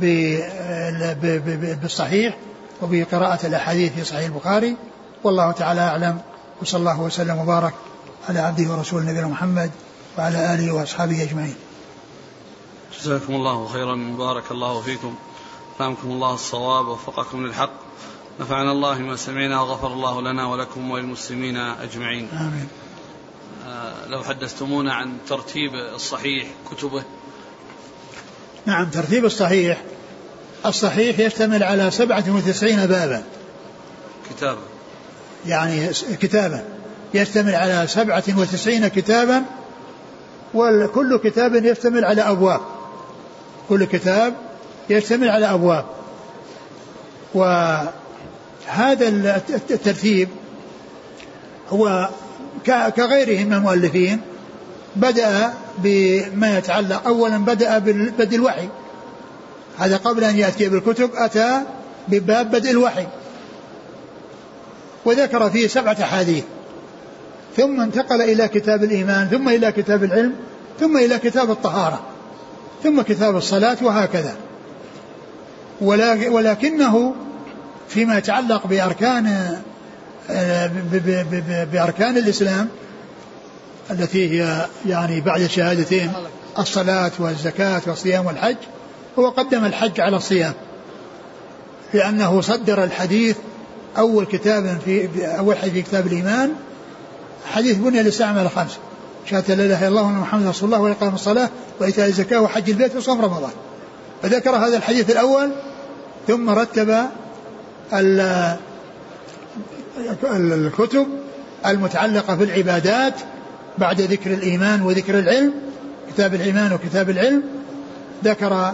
بالصحيح وبقراءة الأحاديث في صحيح البخاري، والله تعالى أعلم، وصلى الله وسلم وبارك على عبده ورسوله نبينا محمد وعلى آله وأصحابه أجمعين. جزاكم الله خيرا، بارك الله فيكم، فهمكم الله الصواب ووفقكم للحق، نفعنا الله ما سمعنا وغفر الله لنا ولكم وللمسلمين أجمعين. آمين. آه لو حدثتمونا عن ترتيب الصحيح كتبه. نعم، ترتيب الصحيح الصحيح يشتمل على سبعة وتسعين بابا كتابا، يعني كتابا يشتمل على سبعة وتسعين كتابا، وكل كتاب يشتمل على أبواب، كل كتاب يشتمل على أبواب. وهذا الترتيب هو كغيره من المؤلفين بدأ بما يتعلق، أولا بدأ ببدء الوحي، هذا قبل أن يأتي بالكتب أتى بباب بدء الوحي وذكر فيه سبعة أحاديث، ثم انتقل إلى كتاب الإيمان، ثم إلى كتاب العلم، ثم إلى كتاب الطهارة، ثم كتاب الصلاة، وهكذا. ولكنه فيما يتعلق بأركان بأركان الإسلام التي هي يعني بعد الشهادتين الصلاة والزكاة والصيام والحج، هو قدم الحج على الصيام، لأنه صدر الحديث أول كتاب في أول حديث في كتاب الإيمان حديث بني الإسلام على خمس: شهادة لا إله إلا الله وأن محمدا رسول الله وإقام الصلاة وإيتاء الزكاة وحج البيت وصوم رمضان. فذكر هذا الحديث الأول، ثم رتب الكتب المتعلقة بالعبادات بعد ذكر الإيمان وذكر العلم، كتاب الإيمان وكتاب العلم، ذكر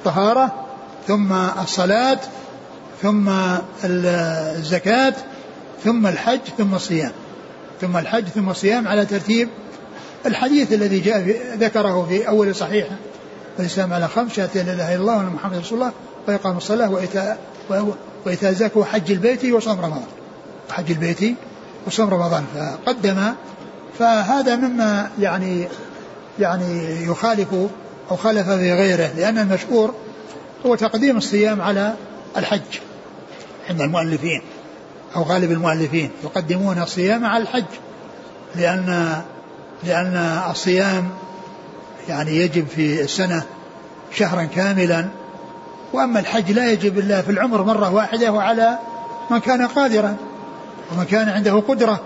الطهارة ثم الصلاة ثم الزكاة ثم الحج ثم الصيام، ثم الحج ثم الصيام على ترتيب الحديث الذي جاء في ذكره في أول صحيحه: الإسلام على خمس: شهادة لا إله إلا الله وأن محمد رسول الله وإقام الصلاة وإيتاء وإيتاء الزكاة وحج البيت وصوم رمضان. حج البيت وصوم رمضان فقدم. فهذا مما يعني يعني يخالف أو خالف في غيره، لأن المشهور هو تقديم الصيام على الحج عند المؤلفين أو غالب المؤلفين، يقدمون الصيام على الحج، لأن لأن الصيام يعني يجب في السنة شهرا كاملا، وأما الحج لا يجب إلا في العمر مرة واحدة وعلى من كان قادرا ومن كان عنده قدرة،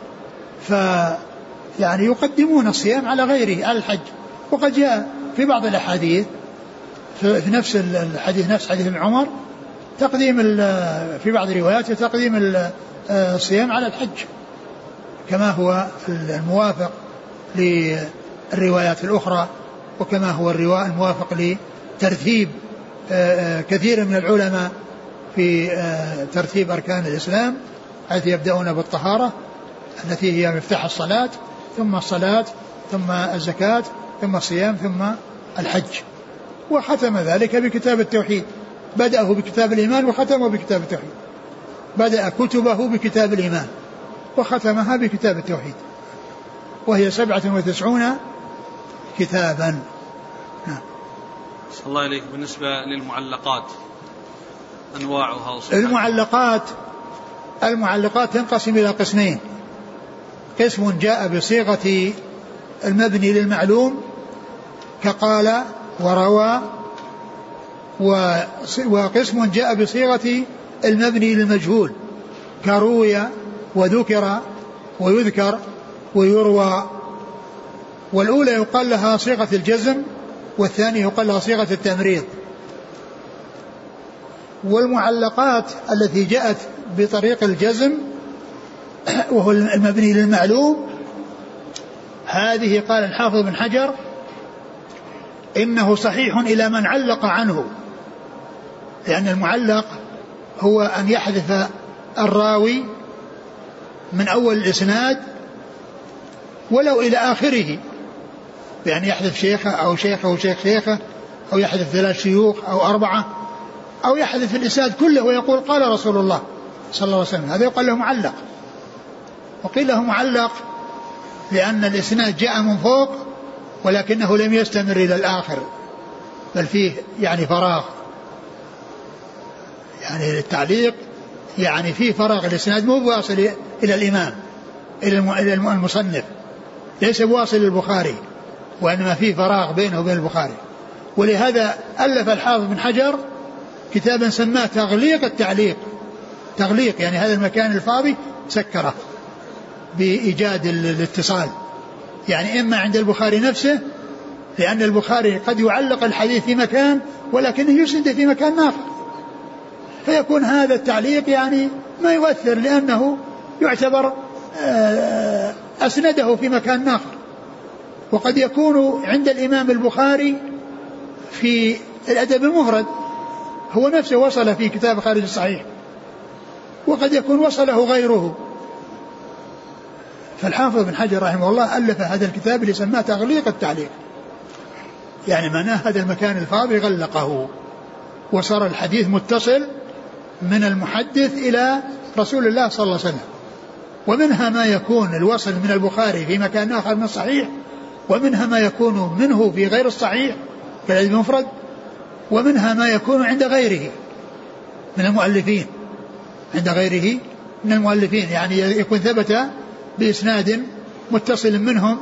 فيعني يقدمون الصيام على غيره على الحج. وقد جاء في بعض الأحاديث في نفس الحديث نفس حديث ابن عمر تقديم في بعض الروايات تقديم الصيام على الحج، كما هو الموافق للروايات الأخرى، وكما هو الموافق لترتيب كثير من العلماء في ترتيب أركان الإسلام، حيث يبدأون بالطهارة التي هي مفتاح الصلاة، ثم الصلاة، ثم الزكاة، ثم الصيام، ثم الحج. وختم ذلك بكتاب التوحيد، بدأه بكتاب الإيمان وختمه بكتاب التوحيد، بدأ كتبه بكتاب الإيمان وختمها بكتاب التوحيد، وهي سبعة وتسعون كتابا. نعم. صلى الله عليك. بالنسبة للمعلقات أنواعها وصفها. المعلقات المعلقات تنقسم إلى قسمين: قسم جاء بصيغة المبني للمعلوم كقال وروى، وقسم جاء بصيغة المبني للمجهول كروي وذكر ويذكر ويروى. والأولى يقال لها صيغة الجزم، والثانية يقال لها صيغة التمريض. والمعلقات التي جاءت بطريق الجزم وهو المبني للمعلوم، هذه قال الحافظ بن حجر إنه صحيح إلى من علق عنه، لأن المعلق هو أن يحذف الراوي من أول الإسناد ولو إلى آخره، بأن يحذف شيخه أو شيخه وشيخ شيخه، أو يحذف ثلاث شيوخ أو أربعة، أو يحذف الإسناد كله ويقول قال رسول الله صلى الله عليه وسلم، هذا يقال له معلق. وقيل له معلق لأن الإسناد جاء من فوق ولكنه لم يستمر إلى الآخر، بل فيه يعني فراغ، يعني التعليق يعني فيه فراغ، الإسناد مو واصل إلى الإمام إلى المصنف، ليس واصل للبخاري، وإنما فيه فراغ بينه وبين البخاري. ولهذا ألف الحافظ بن حجر كتابا سماه تغليق التعليق، تغليق يعني هذا المكان الفاضي سكره بإيجاد الاتصال، يعني إما عند البخاري نفسه، لأن البخاري قد يعلق الحديث في مكان ولكنه يسند في مكان آخر، فيكون هذا التعليق يعني ما يؤثر، لأنه يعتبر أسنده في مكان آخر. وقد يكون عند الإمام البخاري في الأدب المفرد هو نفسه وصل في كتاب خارج الصحيح، وقد يكون وصله غيره. فالحافظ بن حجر رحمه الله ألف هذا الكتاب اللي سماه تغليق التعليق، يعني معناه هذا المكان الفاضي غلقه، وصار الحديث متصل من المحدث إلى رسول الله صلى الله عليه وسلم. ومنها ما يكون الوصل من البخاري في مكان آخر من الصحيح، ومنها ما يكون منه في غير الصحيح كالأدب المفرد، ومنها ما يكون عند غيره من المؤلفين، عند غيره من المؤلفين، يعني يكون ثبت بإسناد متصل منهم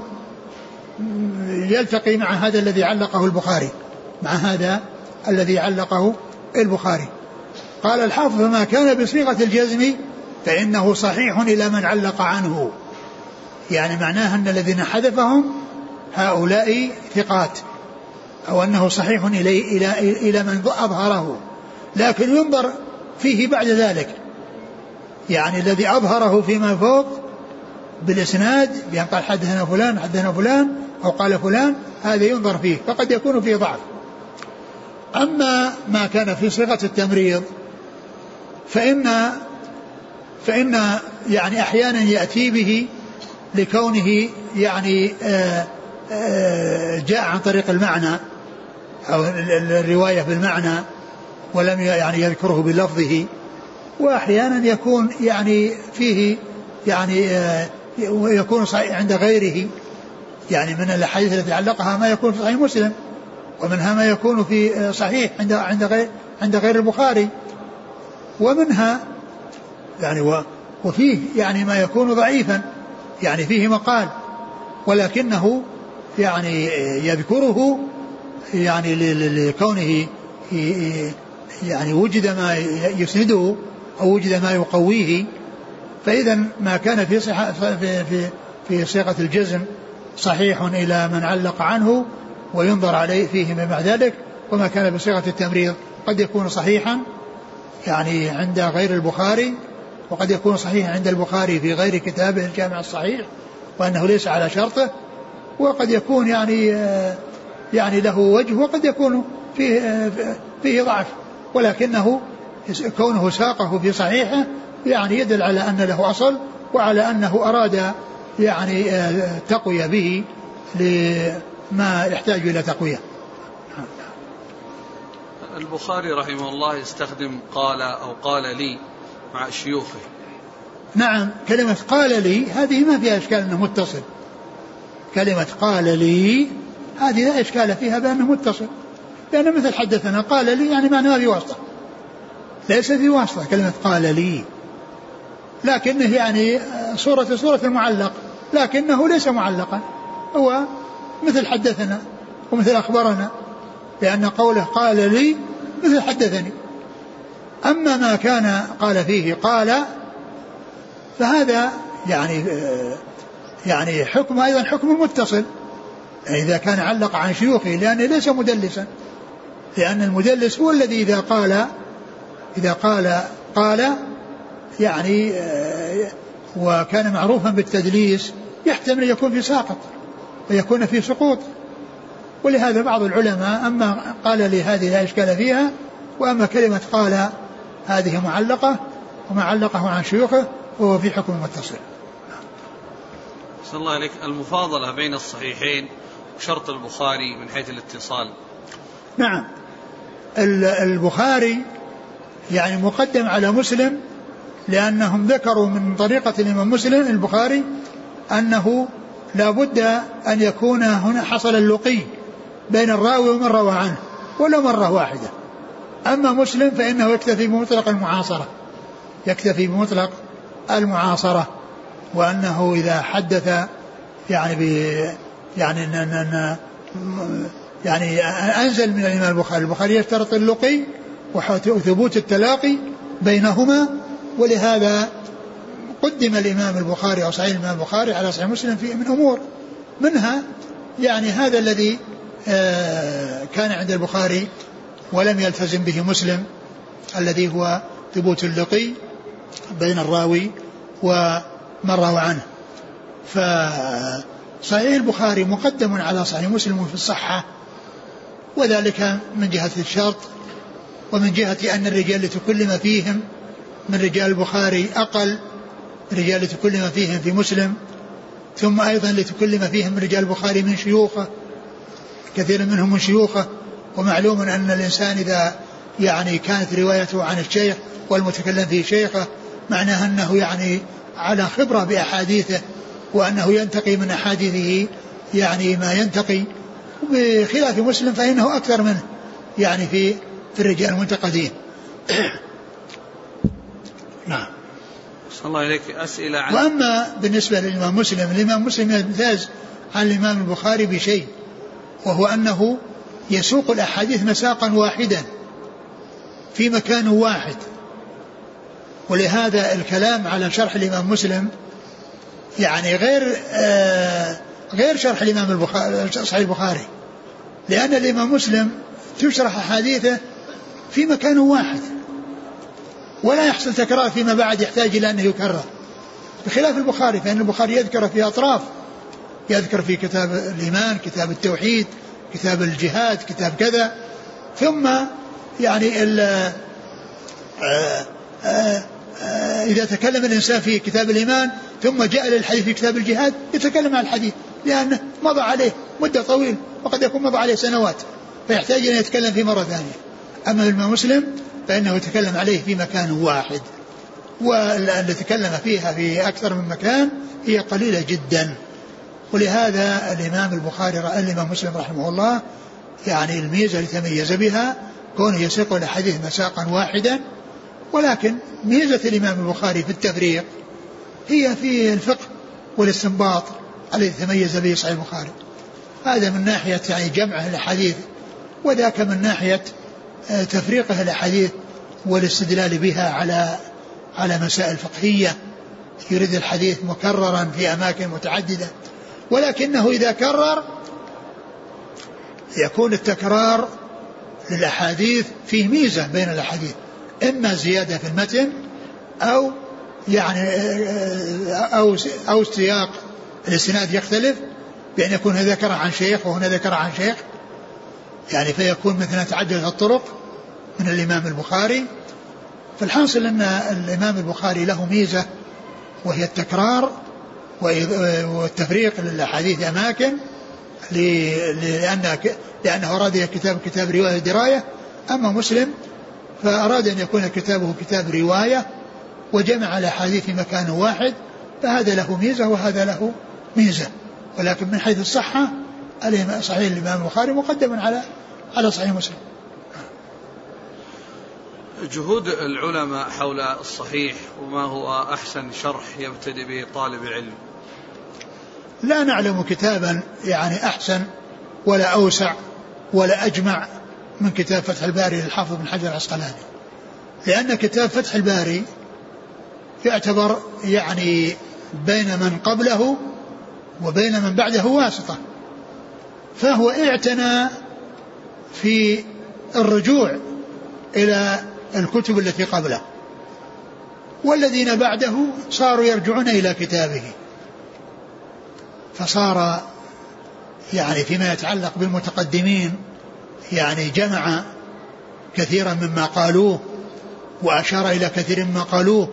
يلتقي مع هذا الذي علقه البخاري، مع هذا الذي علقه البخاري. قال الحافظ: ما كان بصيغة الجزم فإنه صحيح إلى من علق عنه، يعني معناه أن الذين حذفهم هؤلاء ثقات، أو أنه صحيح إلى, إلى, إلى من أظهره، لكن ينظر فيه بعد ذلك، يعني الذي أظهره فيما فوق بالإسناد بأن قال حدثنا فلان حدثنا فلان أو قال فلان، هذا ينظر فيه، فقد يكون فيه ضعف. أما ما كان في صيغة التمريض فإن فإن يعني أحيانا يأتي به لكونه يعني آآ آآ جاء عن طريق المعنى أو الرواية بالمعنى ولم يعني يذكره بلفظه، وأحيانا يكون يعني فيه يعني يكون صحيح عند غيره، يعني من الأحاديث التي علقها ما يكون في صحيح مسلم، ومنها ما يكون في صحيح عند عند غير عند غير البخاري، ومنها يعني وفيه يعني ما يكون ضعيفا، يعني فيه مقال ولكنه يعني يذكره يعني لكونه يعني وجد ما يسنده أو وجد ما يقويه. فإذا ما كان في صحة في في في صيغة الجزم صحيح إلى من علق عنه وينظر عليه فيه مع ذلك، وما كان بصيغة التمريض قد يكون صحيحا يعني عند غير البخاري، وقد يكون صحيحا عند البخاري في غير كتابه الجامع الصحيح وأنه ليس على شرطه، وقد يكون يعني يعني له وجه، وقد يكون فيه فيه ضعف، ولكنه كونه ساقه في صحيحه يعني يدل على أن له أصل، وعلى أنه أراد يعني تقوية به لما يحتاج إلى تقوية. البخاري رحمه الله يستخدم قال أو قال لي مع شيوخه. نعم، كلمة قال لي هذه ما فيها إشكال أنه متصل، كلمة قال لي هذه لا إشكال فيها بأنه متصل، لأن مثل حدثنا قال لي يعني معناه في واسطة، ليس في واسطة كلمة قال لي، لكنه يعني صورة صورة المعلق، لكنه ليس معلقا، هو مثل حدثنا ومثل أخبرنا، لأن قوله قال لي مثل حدثني. أما ما كان قال فيه قال فهذا يعني يعني حكم أيضا حكم متصل إذا كان علق عن شيوخه، لأنه ليس مدلسا، لأن المدلس هو الذي إذا قال إذا قال قال يعني وكان معروفا بالتدليس يحتمل يكون في ساقط ويكون في سقوط. ولهذا بعض العلماء أما قال لي هذه لا إشكال فيها، وأما كلمة قال هذه معلقة وما علقه عن شيوخه وهو في حكم متصل. صلى الله عليك. المفاضلة بين الصحيحين وشرط البخاري من حيث الاتصال. نعم، البخاري يعني مقدم على مسلم، لأنهم ذكروا من طريقة الإمام مسلم البخاري أنه لا بد أن يكون هنا حصل اللقي بين الراوي ومن روى عنه ولو مرة واحدة. أما مسلم فإنه يكتفي بمطلق المعاصرة، يكتفي بمطلق المعاصرة، وأنه إذا حدث يعني ب يعني أن أن يعني أنزل من الإمام البخاري. البخاري يشترط اللقي وثبوت التلاقي بينهما، ولهذا قدم الإمام البخاري أو صحيح الإمام البخاري على صحيح مسلم في من أمور، منها يعني هذا الذي كان عند البخاري ولم يلتزم به مسلم، الذي هو ثبوت اللقي بين الراوي ومن روى عنه. فصحيح البخاري مقدم على صحيح مسلم في الصحة، وذلك من جهة الشرط، ومن جهة أن الرجال لتكلم فيهم من رجال البخاري أقل رجال لتكلم فيهم في مسلم، ثم أيضا لتكلم فيهم رجال البخاري من شيوخه، كثير منهم من شيوخه. ومعلوم أن الإنسان إذا يعني كانت روايته عن الشيخ والمتكلم فيه شيخه معناه أنه يعني على خبرة بأحاديثه، وأنه ينتقي من أحاديثه يعني ما ينتقي، بخلاف مسلم فإنه أكثر منه يعني في في الرجال المنتقدين. نعم. صلى الله عليك. أسئلة عن وأما بالنسبة للإمام مسلم، الإمام مسلم يمتاز عن الإمام البخاري بشيء، وهو أنه يسوق الأحاديث مساقا واحدا في مكان واحد، ولهذا الكلام على شرح الإمام مسلم يعني غير آه غير شرح الإمام البخاري صحيح البخاري، لأن الإمام مسلم تشرح أحاديثه في مكان واحد ولا يحصل تكرار فيما بعد يحتاج إلى أنه يكرر، بخلاف البخاري فإن البخاري يذكر في أطراف، يذكر في كتاب الإيمان، كتاب التوحيد، كتاب الجهاد، كتاب كذا، ثم يعني ال إذا تكلم الإنسان في كتاب الإيمان ثم جاء للحديث في كتاب الجهاد يتكلم عن الحديث لأنه مضى عليه مدة طويلة وقد يكون مضى عليه سنوات فيحتاج أن يتكلم في مرة ثانية. أما الإمام مسلم فإنه يتكلم عليه في مكان واحد والتي تكلم فيها في أكثر من مكان هي قليلة جدا. ولهذا الإمام البخاري الإمام مسلم رحمه الله يعني الميزة اللي تميز بها كونه يساق الحديث مساقا واحدا. ولكن ميزة الإمام البخاري في التفريق هي في الفقه والاستنباط الذي تميز به صحيح البخاري. هذا من ناحية يعني جمعه الحديث وذاك من ناحية تفريقه الحديث والاستدلال بها على على مسائل فقهية يريد الحديث مكررا في أماكن متعددة. ولكنه إذا كرر يكون التكرار للأحاديث فيه ميزة بين الأحاديث إما زيادة في المتن أو يعني أو أو سياق الإسناد يختلف بأن يكون هذا ذكر عن شيخ وهنا ذكر عن شيخ يعني فيكون مثلا تعدد الطرق من الإمام البخاري. فالحاصل أن الإمام البخاري له ميزة وهي التكرار والتفريق للأحاديث أماكن لأنه, لأنه أراد كتاب كتاب رواية دراية. أما مسلم فأراد أن يكون كتابه كتاب رواية وجمع الأحاديث في مكان واحد فهذا له ميزة وهذا له ميزة. ولكن من حيث الصحة صحيح الإمام البخاري مقدم على على صحيح مسلم. جهود العلماء حول الصحيح وما هو أحسن شرح يبتدئ به طالب العلم. لا نعلم كتابا يعني أحسن ولا أوسع ولا أجمع من كتاب فتح الباري للحافظ بن حجر العسقلاني لأن كتاب فتح الباري يعتبر يعني بين من قبله وبين من بعده واسطة فهو اعتنى في الرجوع إلى الكتب التي قبله والذين بعده صاروا يرجعون إلى كتابه فصار يعني فيما يتعلق بالمتقدمين يعني جمع كثيرا مما قالوه وأشار إلى كثير مما قالوه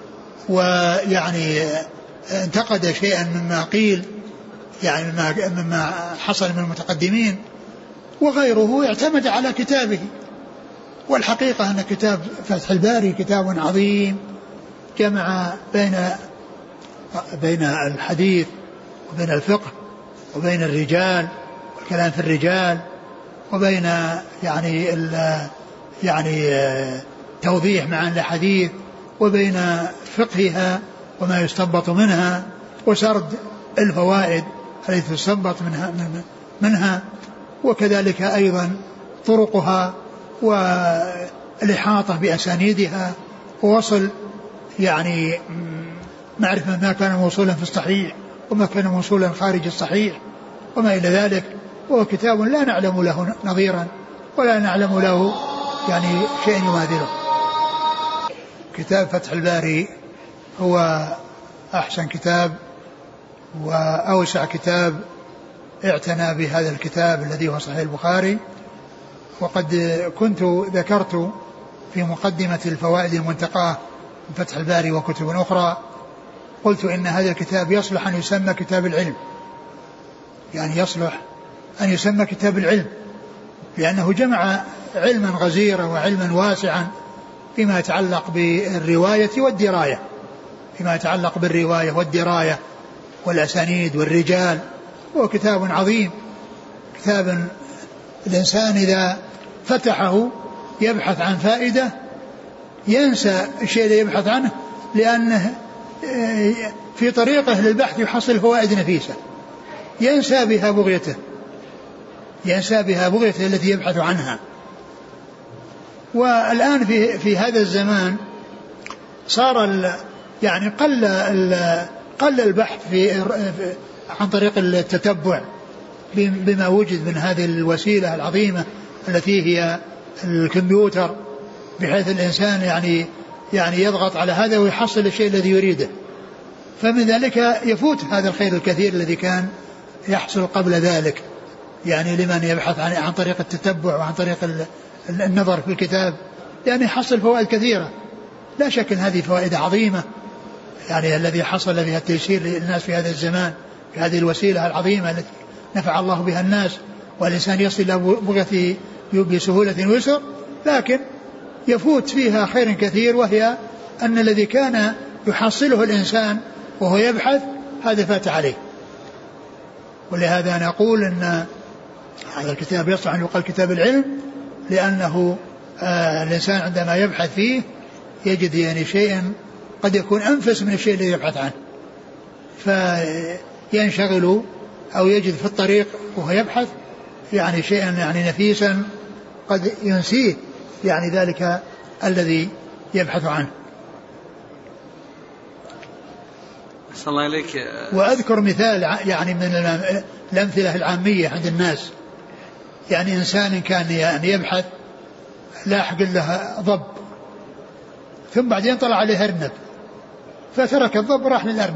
ويعني انتقد شيئا مما قيل يعني مما, مما حصل من المتقدمين وغيره اعتمد على كتابه. والحقيقة أن كتاب فتح الباري كتاب عظيم جمع بين بين الحديث وبين الفقه وبين الرجال والكلام في الرجال وبين يعني يعني توضيح معاني الحديث وبين فقهها وما يستنبط منها وسرد الفوائد التي تستنبط منها منها وكذلك أيضا طرقها والإحاطة بأسانيدها ووصل يعني معرفة ما كان موصولا في الصحيح وما كان موصولا خارج الصحيح وما إلى ذلك. وهو كتاب لا نعلم له نظيرا ولا نعلم له يعني شيء يماثله. كتاب فتح الباري هو أحسن كتاب وأوسع كتاب اعتنى بهذا الكتاب الذي هو صحيح البخاري. وقد كنت ذكرت في مقدمة الفوائد المنتقاة من فتح الباري وكتب أخرى قلت إن هذا الكتاب يصلح أن يسمى كتاب العلم يعني يصلح أن يسمى كتاب العلم لأنه جمع علما غزيرا وعلما واسعا فيما يتعلق بالرواية والدراية فيما يتعلق بالرواية والدراية والأسانيد والرجال. هو كتاب عظيم كتاب الإنسان إذا فتحه يبحث عن فائدة ينسى الشيء الذي يبحث عنه لأنه في طريقه للبحث يحصل فوائد نفيسة ينسى بها بغيته ينسى بها بغيته التي يبحث عنها. والآن في في هذا الزمان صار يعني قل قل البحث في عن طريق التتبع بما وجد من هذه الوسيلة العظيمة التي هي الكمبيوتر بحيث الإنسان يعني يعني يضغط على هذا ويحصل الشيء الذي يريده. فمن ذلك يفوت هذا الخير الكثير الذي كان يحصل قبل ذلك يعني لمن يبحث عن عن طريق التتبع وعن طريق النظر في الكتاب يعني يحصل فوائد كثيرة لا شك أن هذه فوائد عظيمة، يعني الذي حصل بها التيسير للناس في هذا الزمان بهذه الوسيلة العظيمة التي نفع الله بها الناس، والإنسان يصل إلى بغيته بسهولة ويسر، لكن يفوت فيها خير كثير، وهي أن الذي كان يحصله الإنسان وهو يبحث هذا فات عليه. ولهذا نقول أن هذا الكتاب يصلح أن يقال كتاب العلم، لأنه آه الإنسان عندما يبحث فيه يجد يعني شيئا قد يكون أنفس من الشيء الذي يبحث عنه، فينشغل أو يجد في الطريق وهو يبحث يعني شيئا يعني نفيسا قد ينسيه يعني ذلك الذي يبحث عنه. أحسن الله إليك. وأذكر مثال يعني من الأمثلة العامية عند الناس، يعني إنسان كان يعني يبحث لاحق له ضب، ثم بعدين طلع عليه أرنب، فترك الضب راح للأرنب.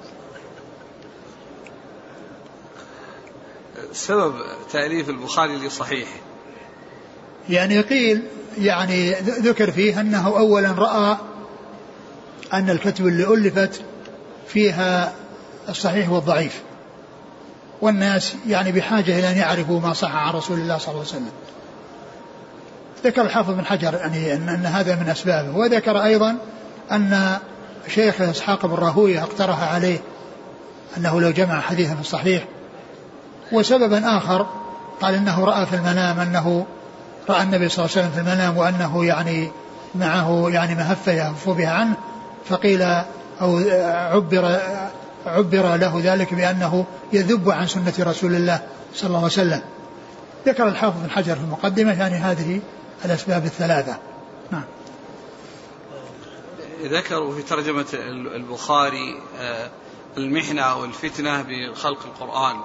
سبب تأليف البخاري لصحيح يعني قيل يعني ذكر فيه أنه أولا رأى أن الكتب اللي ألفت فيها الصحيح والضعيف، والناس يعني بحاجة إلى أن يعرفوا ما صح عن رسول الله صلى الله عليه وسلم. ذكر الحافظ بن حجر يعني أن هذا من أسبابه، وذكر أيضا أن شيخ إسحاق بن راهويه اقترح عليه أنه لو جمع حديثا في الصحيح. وسببا آخر قال إنه رأى في المنام أنه رأى النبي صلى الله عليه وسلم في المنام وأنه يعني معه يعني مهفة يهف بها عنه، فقيل أو عبر, عبر له ذلك بأنه يذب عن سنة رسول الله صلى الله عليه وسلم. ذكر الحافظ بن حجر في المقدمة يعني هذه الأسباب الثلاثة. نعم. ذكروا في ترجمة البخاري المحنة أو الفتنة بخلق القرآن.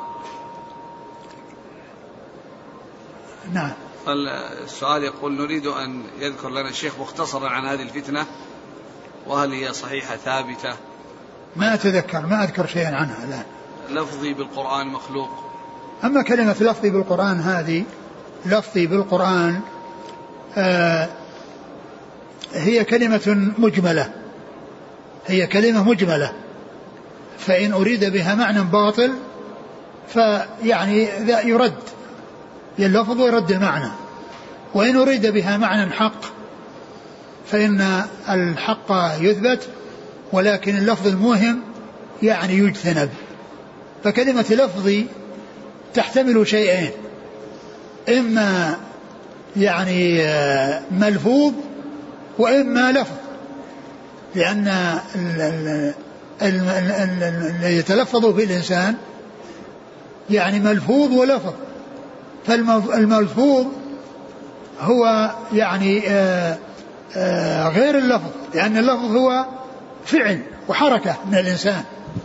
نعم. السؤال يقول نريد أن يذكر لنا الشيخ مختصرا عن هذه الفتنة، وهل هي صحيحة ثابتة؟ ما أتذكر، ما أذكر شيئا عنها الآن. لفظي بالقرآن مخلوق. أما كلمة لفظي بالقرآن هذه، لفظي بالقرآن آه هي كلمة مجملة، هي كلمة مجملة، فإن أريد بها معنى باطل فيعني ذا يرد اللفظ ويرد المعنى، وإن أريد بها معنى حق فإن الحق يثبت ولكن اللفظ الموهم يعني يجتنب. فكلمة لفظي تحتمل شيئين، إما يعني ملفوظ وإما لفظ، لأن الذي يتلفظ به الإنسان يعني ملفوظ ولفظ. فالملفوظ هو يعني آآ آآ غير اللفظ، لأن اللفظ هو فعل وحركة من الإنسان،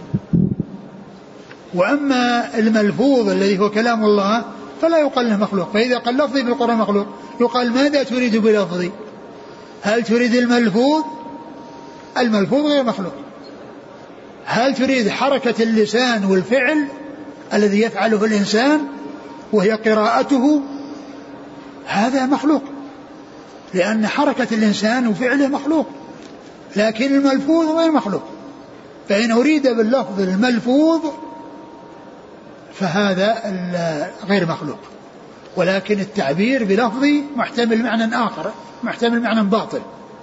وأما الملفوظ الذي هو كلام الله فلا يقال له مخلوق. فإذا قال لفظي بالقرآن مخلوق يقال ماذا تريد بلفظي؟ هل تريد الملفوظ؟ الملفوظ غير مخلوق. هل تريد حركة اللسان والفعل الذي يفعله الإنسان وهي قراءته؟ هذا مخلوق، لأن حركة الإنسان وفعله مخلوق، لكن الملفوظ غير مخلوق. فإن أريد باللفظ الملفوظ فهذا غير مخلوق، ولكن التعبير بلفظي محتمل معنى آخر، محتمل معنى باطل،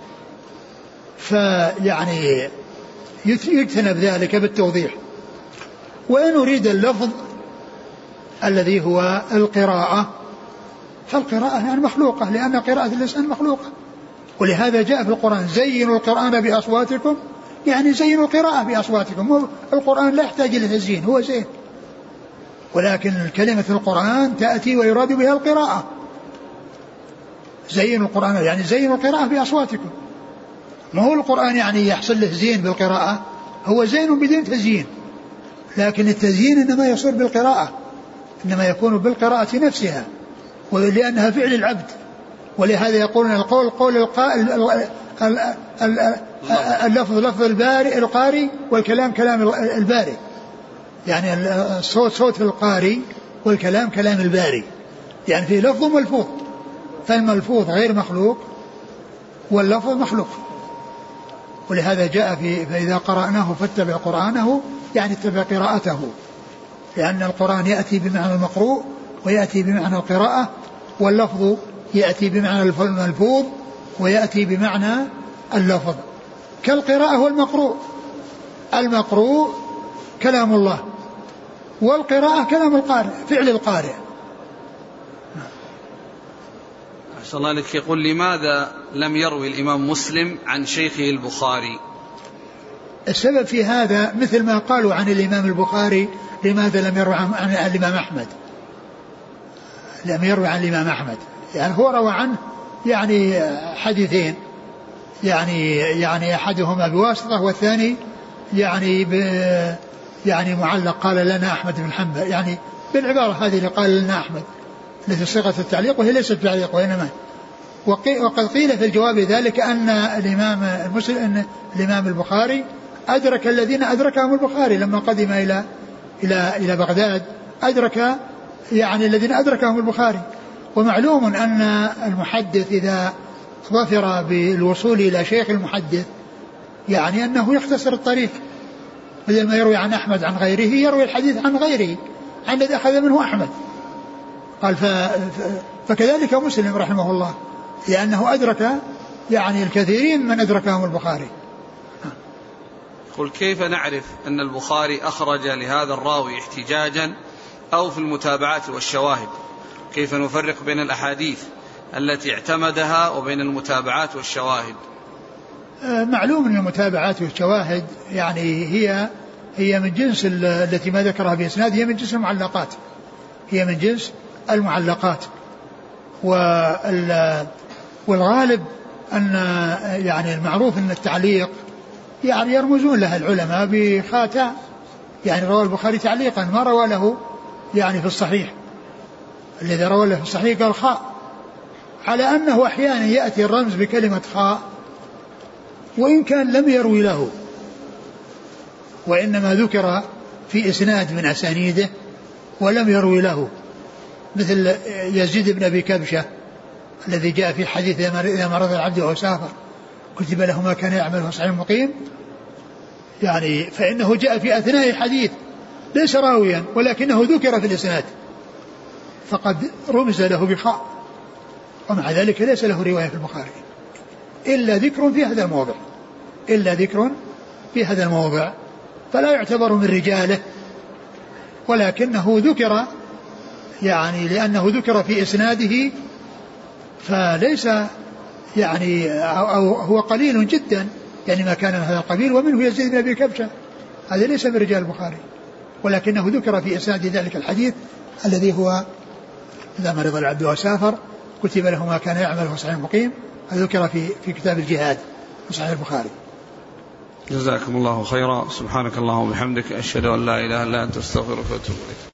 فيعني يجتنب ذلك بالتوضيح. وإن أريد اللفظ الذي هو القراءة فالقراءة يعني مخلوقة، لأن قراءة اللسان مخلوقة، ولهذا جاء في القرآن زينوا القرآن بأصواتكم، يعني زينوا القراءة بأصواتكم. القرآن لا يحتاج إلى تزيين، هو زين، ولكن كلمة القرآن تأتي ويراد بها القراءة. زينوا القرآن يعني زينوا القراءة بأصواتكم، ما هو القرآن يعني يحصل له زين بالقراءة، هو زين بدون تزيين، لكن التزيين إنما يصير بالقراءة، إنما يكون بالقراءة نفسها، ولأنها فعل العبد. ولهذا يقولون القول قول القائل، اللفظ لفظ الباري القاري والكلام كلام الباري، يعني الصوت صوت القاري والكلام كلام الباري، يعني في لفظ ملفوظ، فالملفوظ غير مخلوق واللفظ مخلوق. ولهذا جاء في فإذا قرأناه فاتبع قرآنه يعني اتبع قراءته، لأن القرآن يأتي بمعنى المقروء ويأتي بمعنى القراءة، واللفظ يأتي بمعنى الملفوظ ويأتي بمعنى اللفظ، كالقراءة والمقروء. المقروء كلام الله والقراءة كلام القارئ، فعل القارئ. أحسن الله لك. يقول لماذا لم يروي الإمام مسلم عن شيخه البخاري؟ السبب في هذا مثل ما قالوا عن الإمام البخاري لماذا لم يروي عن, عن الإمام أحمد، لم يروي عن الإمام أحمد، يعني هو روى عنه يعني حديثين، يعني يعني أحدهما بواسطة والثاني يعني ب يعني معلق، قال لنا أحمد بن حنبل، يعني بالعبارة هذه اللي قال لنا أحمد التي صيغة التعليق وهي ليست تعليق وإنما. وقد قيل في الجواب ذلك أن الإمام المسلم أن الإمام البخاري أدرك الذين أدركهم البخاري لما قدم إلى إلى إلى بغداد، أدرك يعني الذين أدركهم البخاري. ومعلوم أن المحدث إذا ظفر بالوصول إلى شيخ المحدث يعني أنه يختصر الطريق، بدل ما يروي عن أحمد عن غيره يروي الحديث عن غيره عن الذي أخذ منه أحمد. قال ف... فكذلك مسلم رحمه الله، لأنه أدرك يعني الكثيرين من أدركهم البخاري. قل كيف نعرف أن البخاري أخرج لهذا الراوي احتجاجا أو في المتابعات والشواهد؟ كيف نفرق بين الأحاديث التي اعتمدها وبين المتابعات والشواهد؟ معلوم أن المتابعات والشواهد يعني هي هي من جنس التي ما ذكرها بإسناد، هي من جنس المعلقات، هي من جنس المعلقات. والغالب أن يعني المعروف أن التعليق يعني يرمزون لها العلماء بخاتم، يعني روى البخاري تعليقا ما روى له يعني في الصحيح، الذي روى له في الصحيح قال خاء، على أنه أحيانا يأتي الرمز بكلمة خاء وإن كان لم يروي له، وإنما ذكر في إسناد من أسانيده ولم يروي له، مثل يزيد بن أبي كبشة الذي جاء في حديث إذا مرض العبد وهو سافر كتب له ما كان يعمله صحيح مقيم، يعني فإنه جاء في أثناء الحديث ليس راويا ولكنه ذكر في الإسناد فقد رمز له بخاء، ومع ذلك ليس له رواية في البخاري إلا ذكر في هذا الموضع، إلا ذكر في هذا الموضع، فلا يعتبر من رجاله، ولكنه ذكر يعني لأنه ذكر في إسناده، فليس يعني أو هو قليل جدا يعني ما كان من هذا القبيل. ومنه يزيد بن أبي كبشة هذا ليس من رجال البخاري، ولكنه ذكر في إسناد ذلك الحديث الذي هو إذا مرض العبد وسافر كتب له ما كان يعمله صحيح مقيم، ذكر في في كتاب الجهاد في صحيح البخاري. جزاكم الله خيرا. سبحانك اللهم وبحمدك أشهد أن لا إله إلا أنت أستغفرك وأتوب إليك.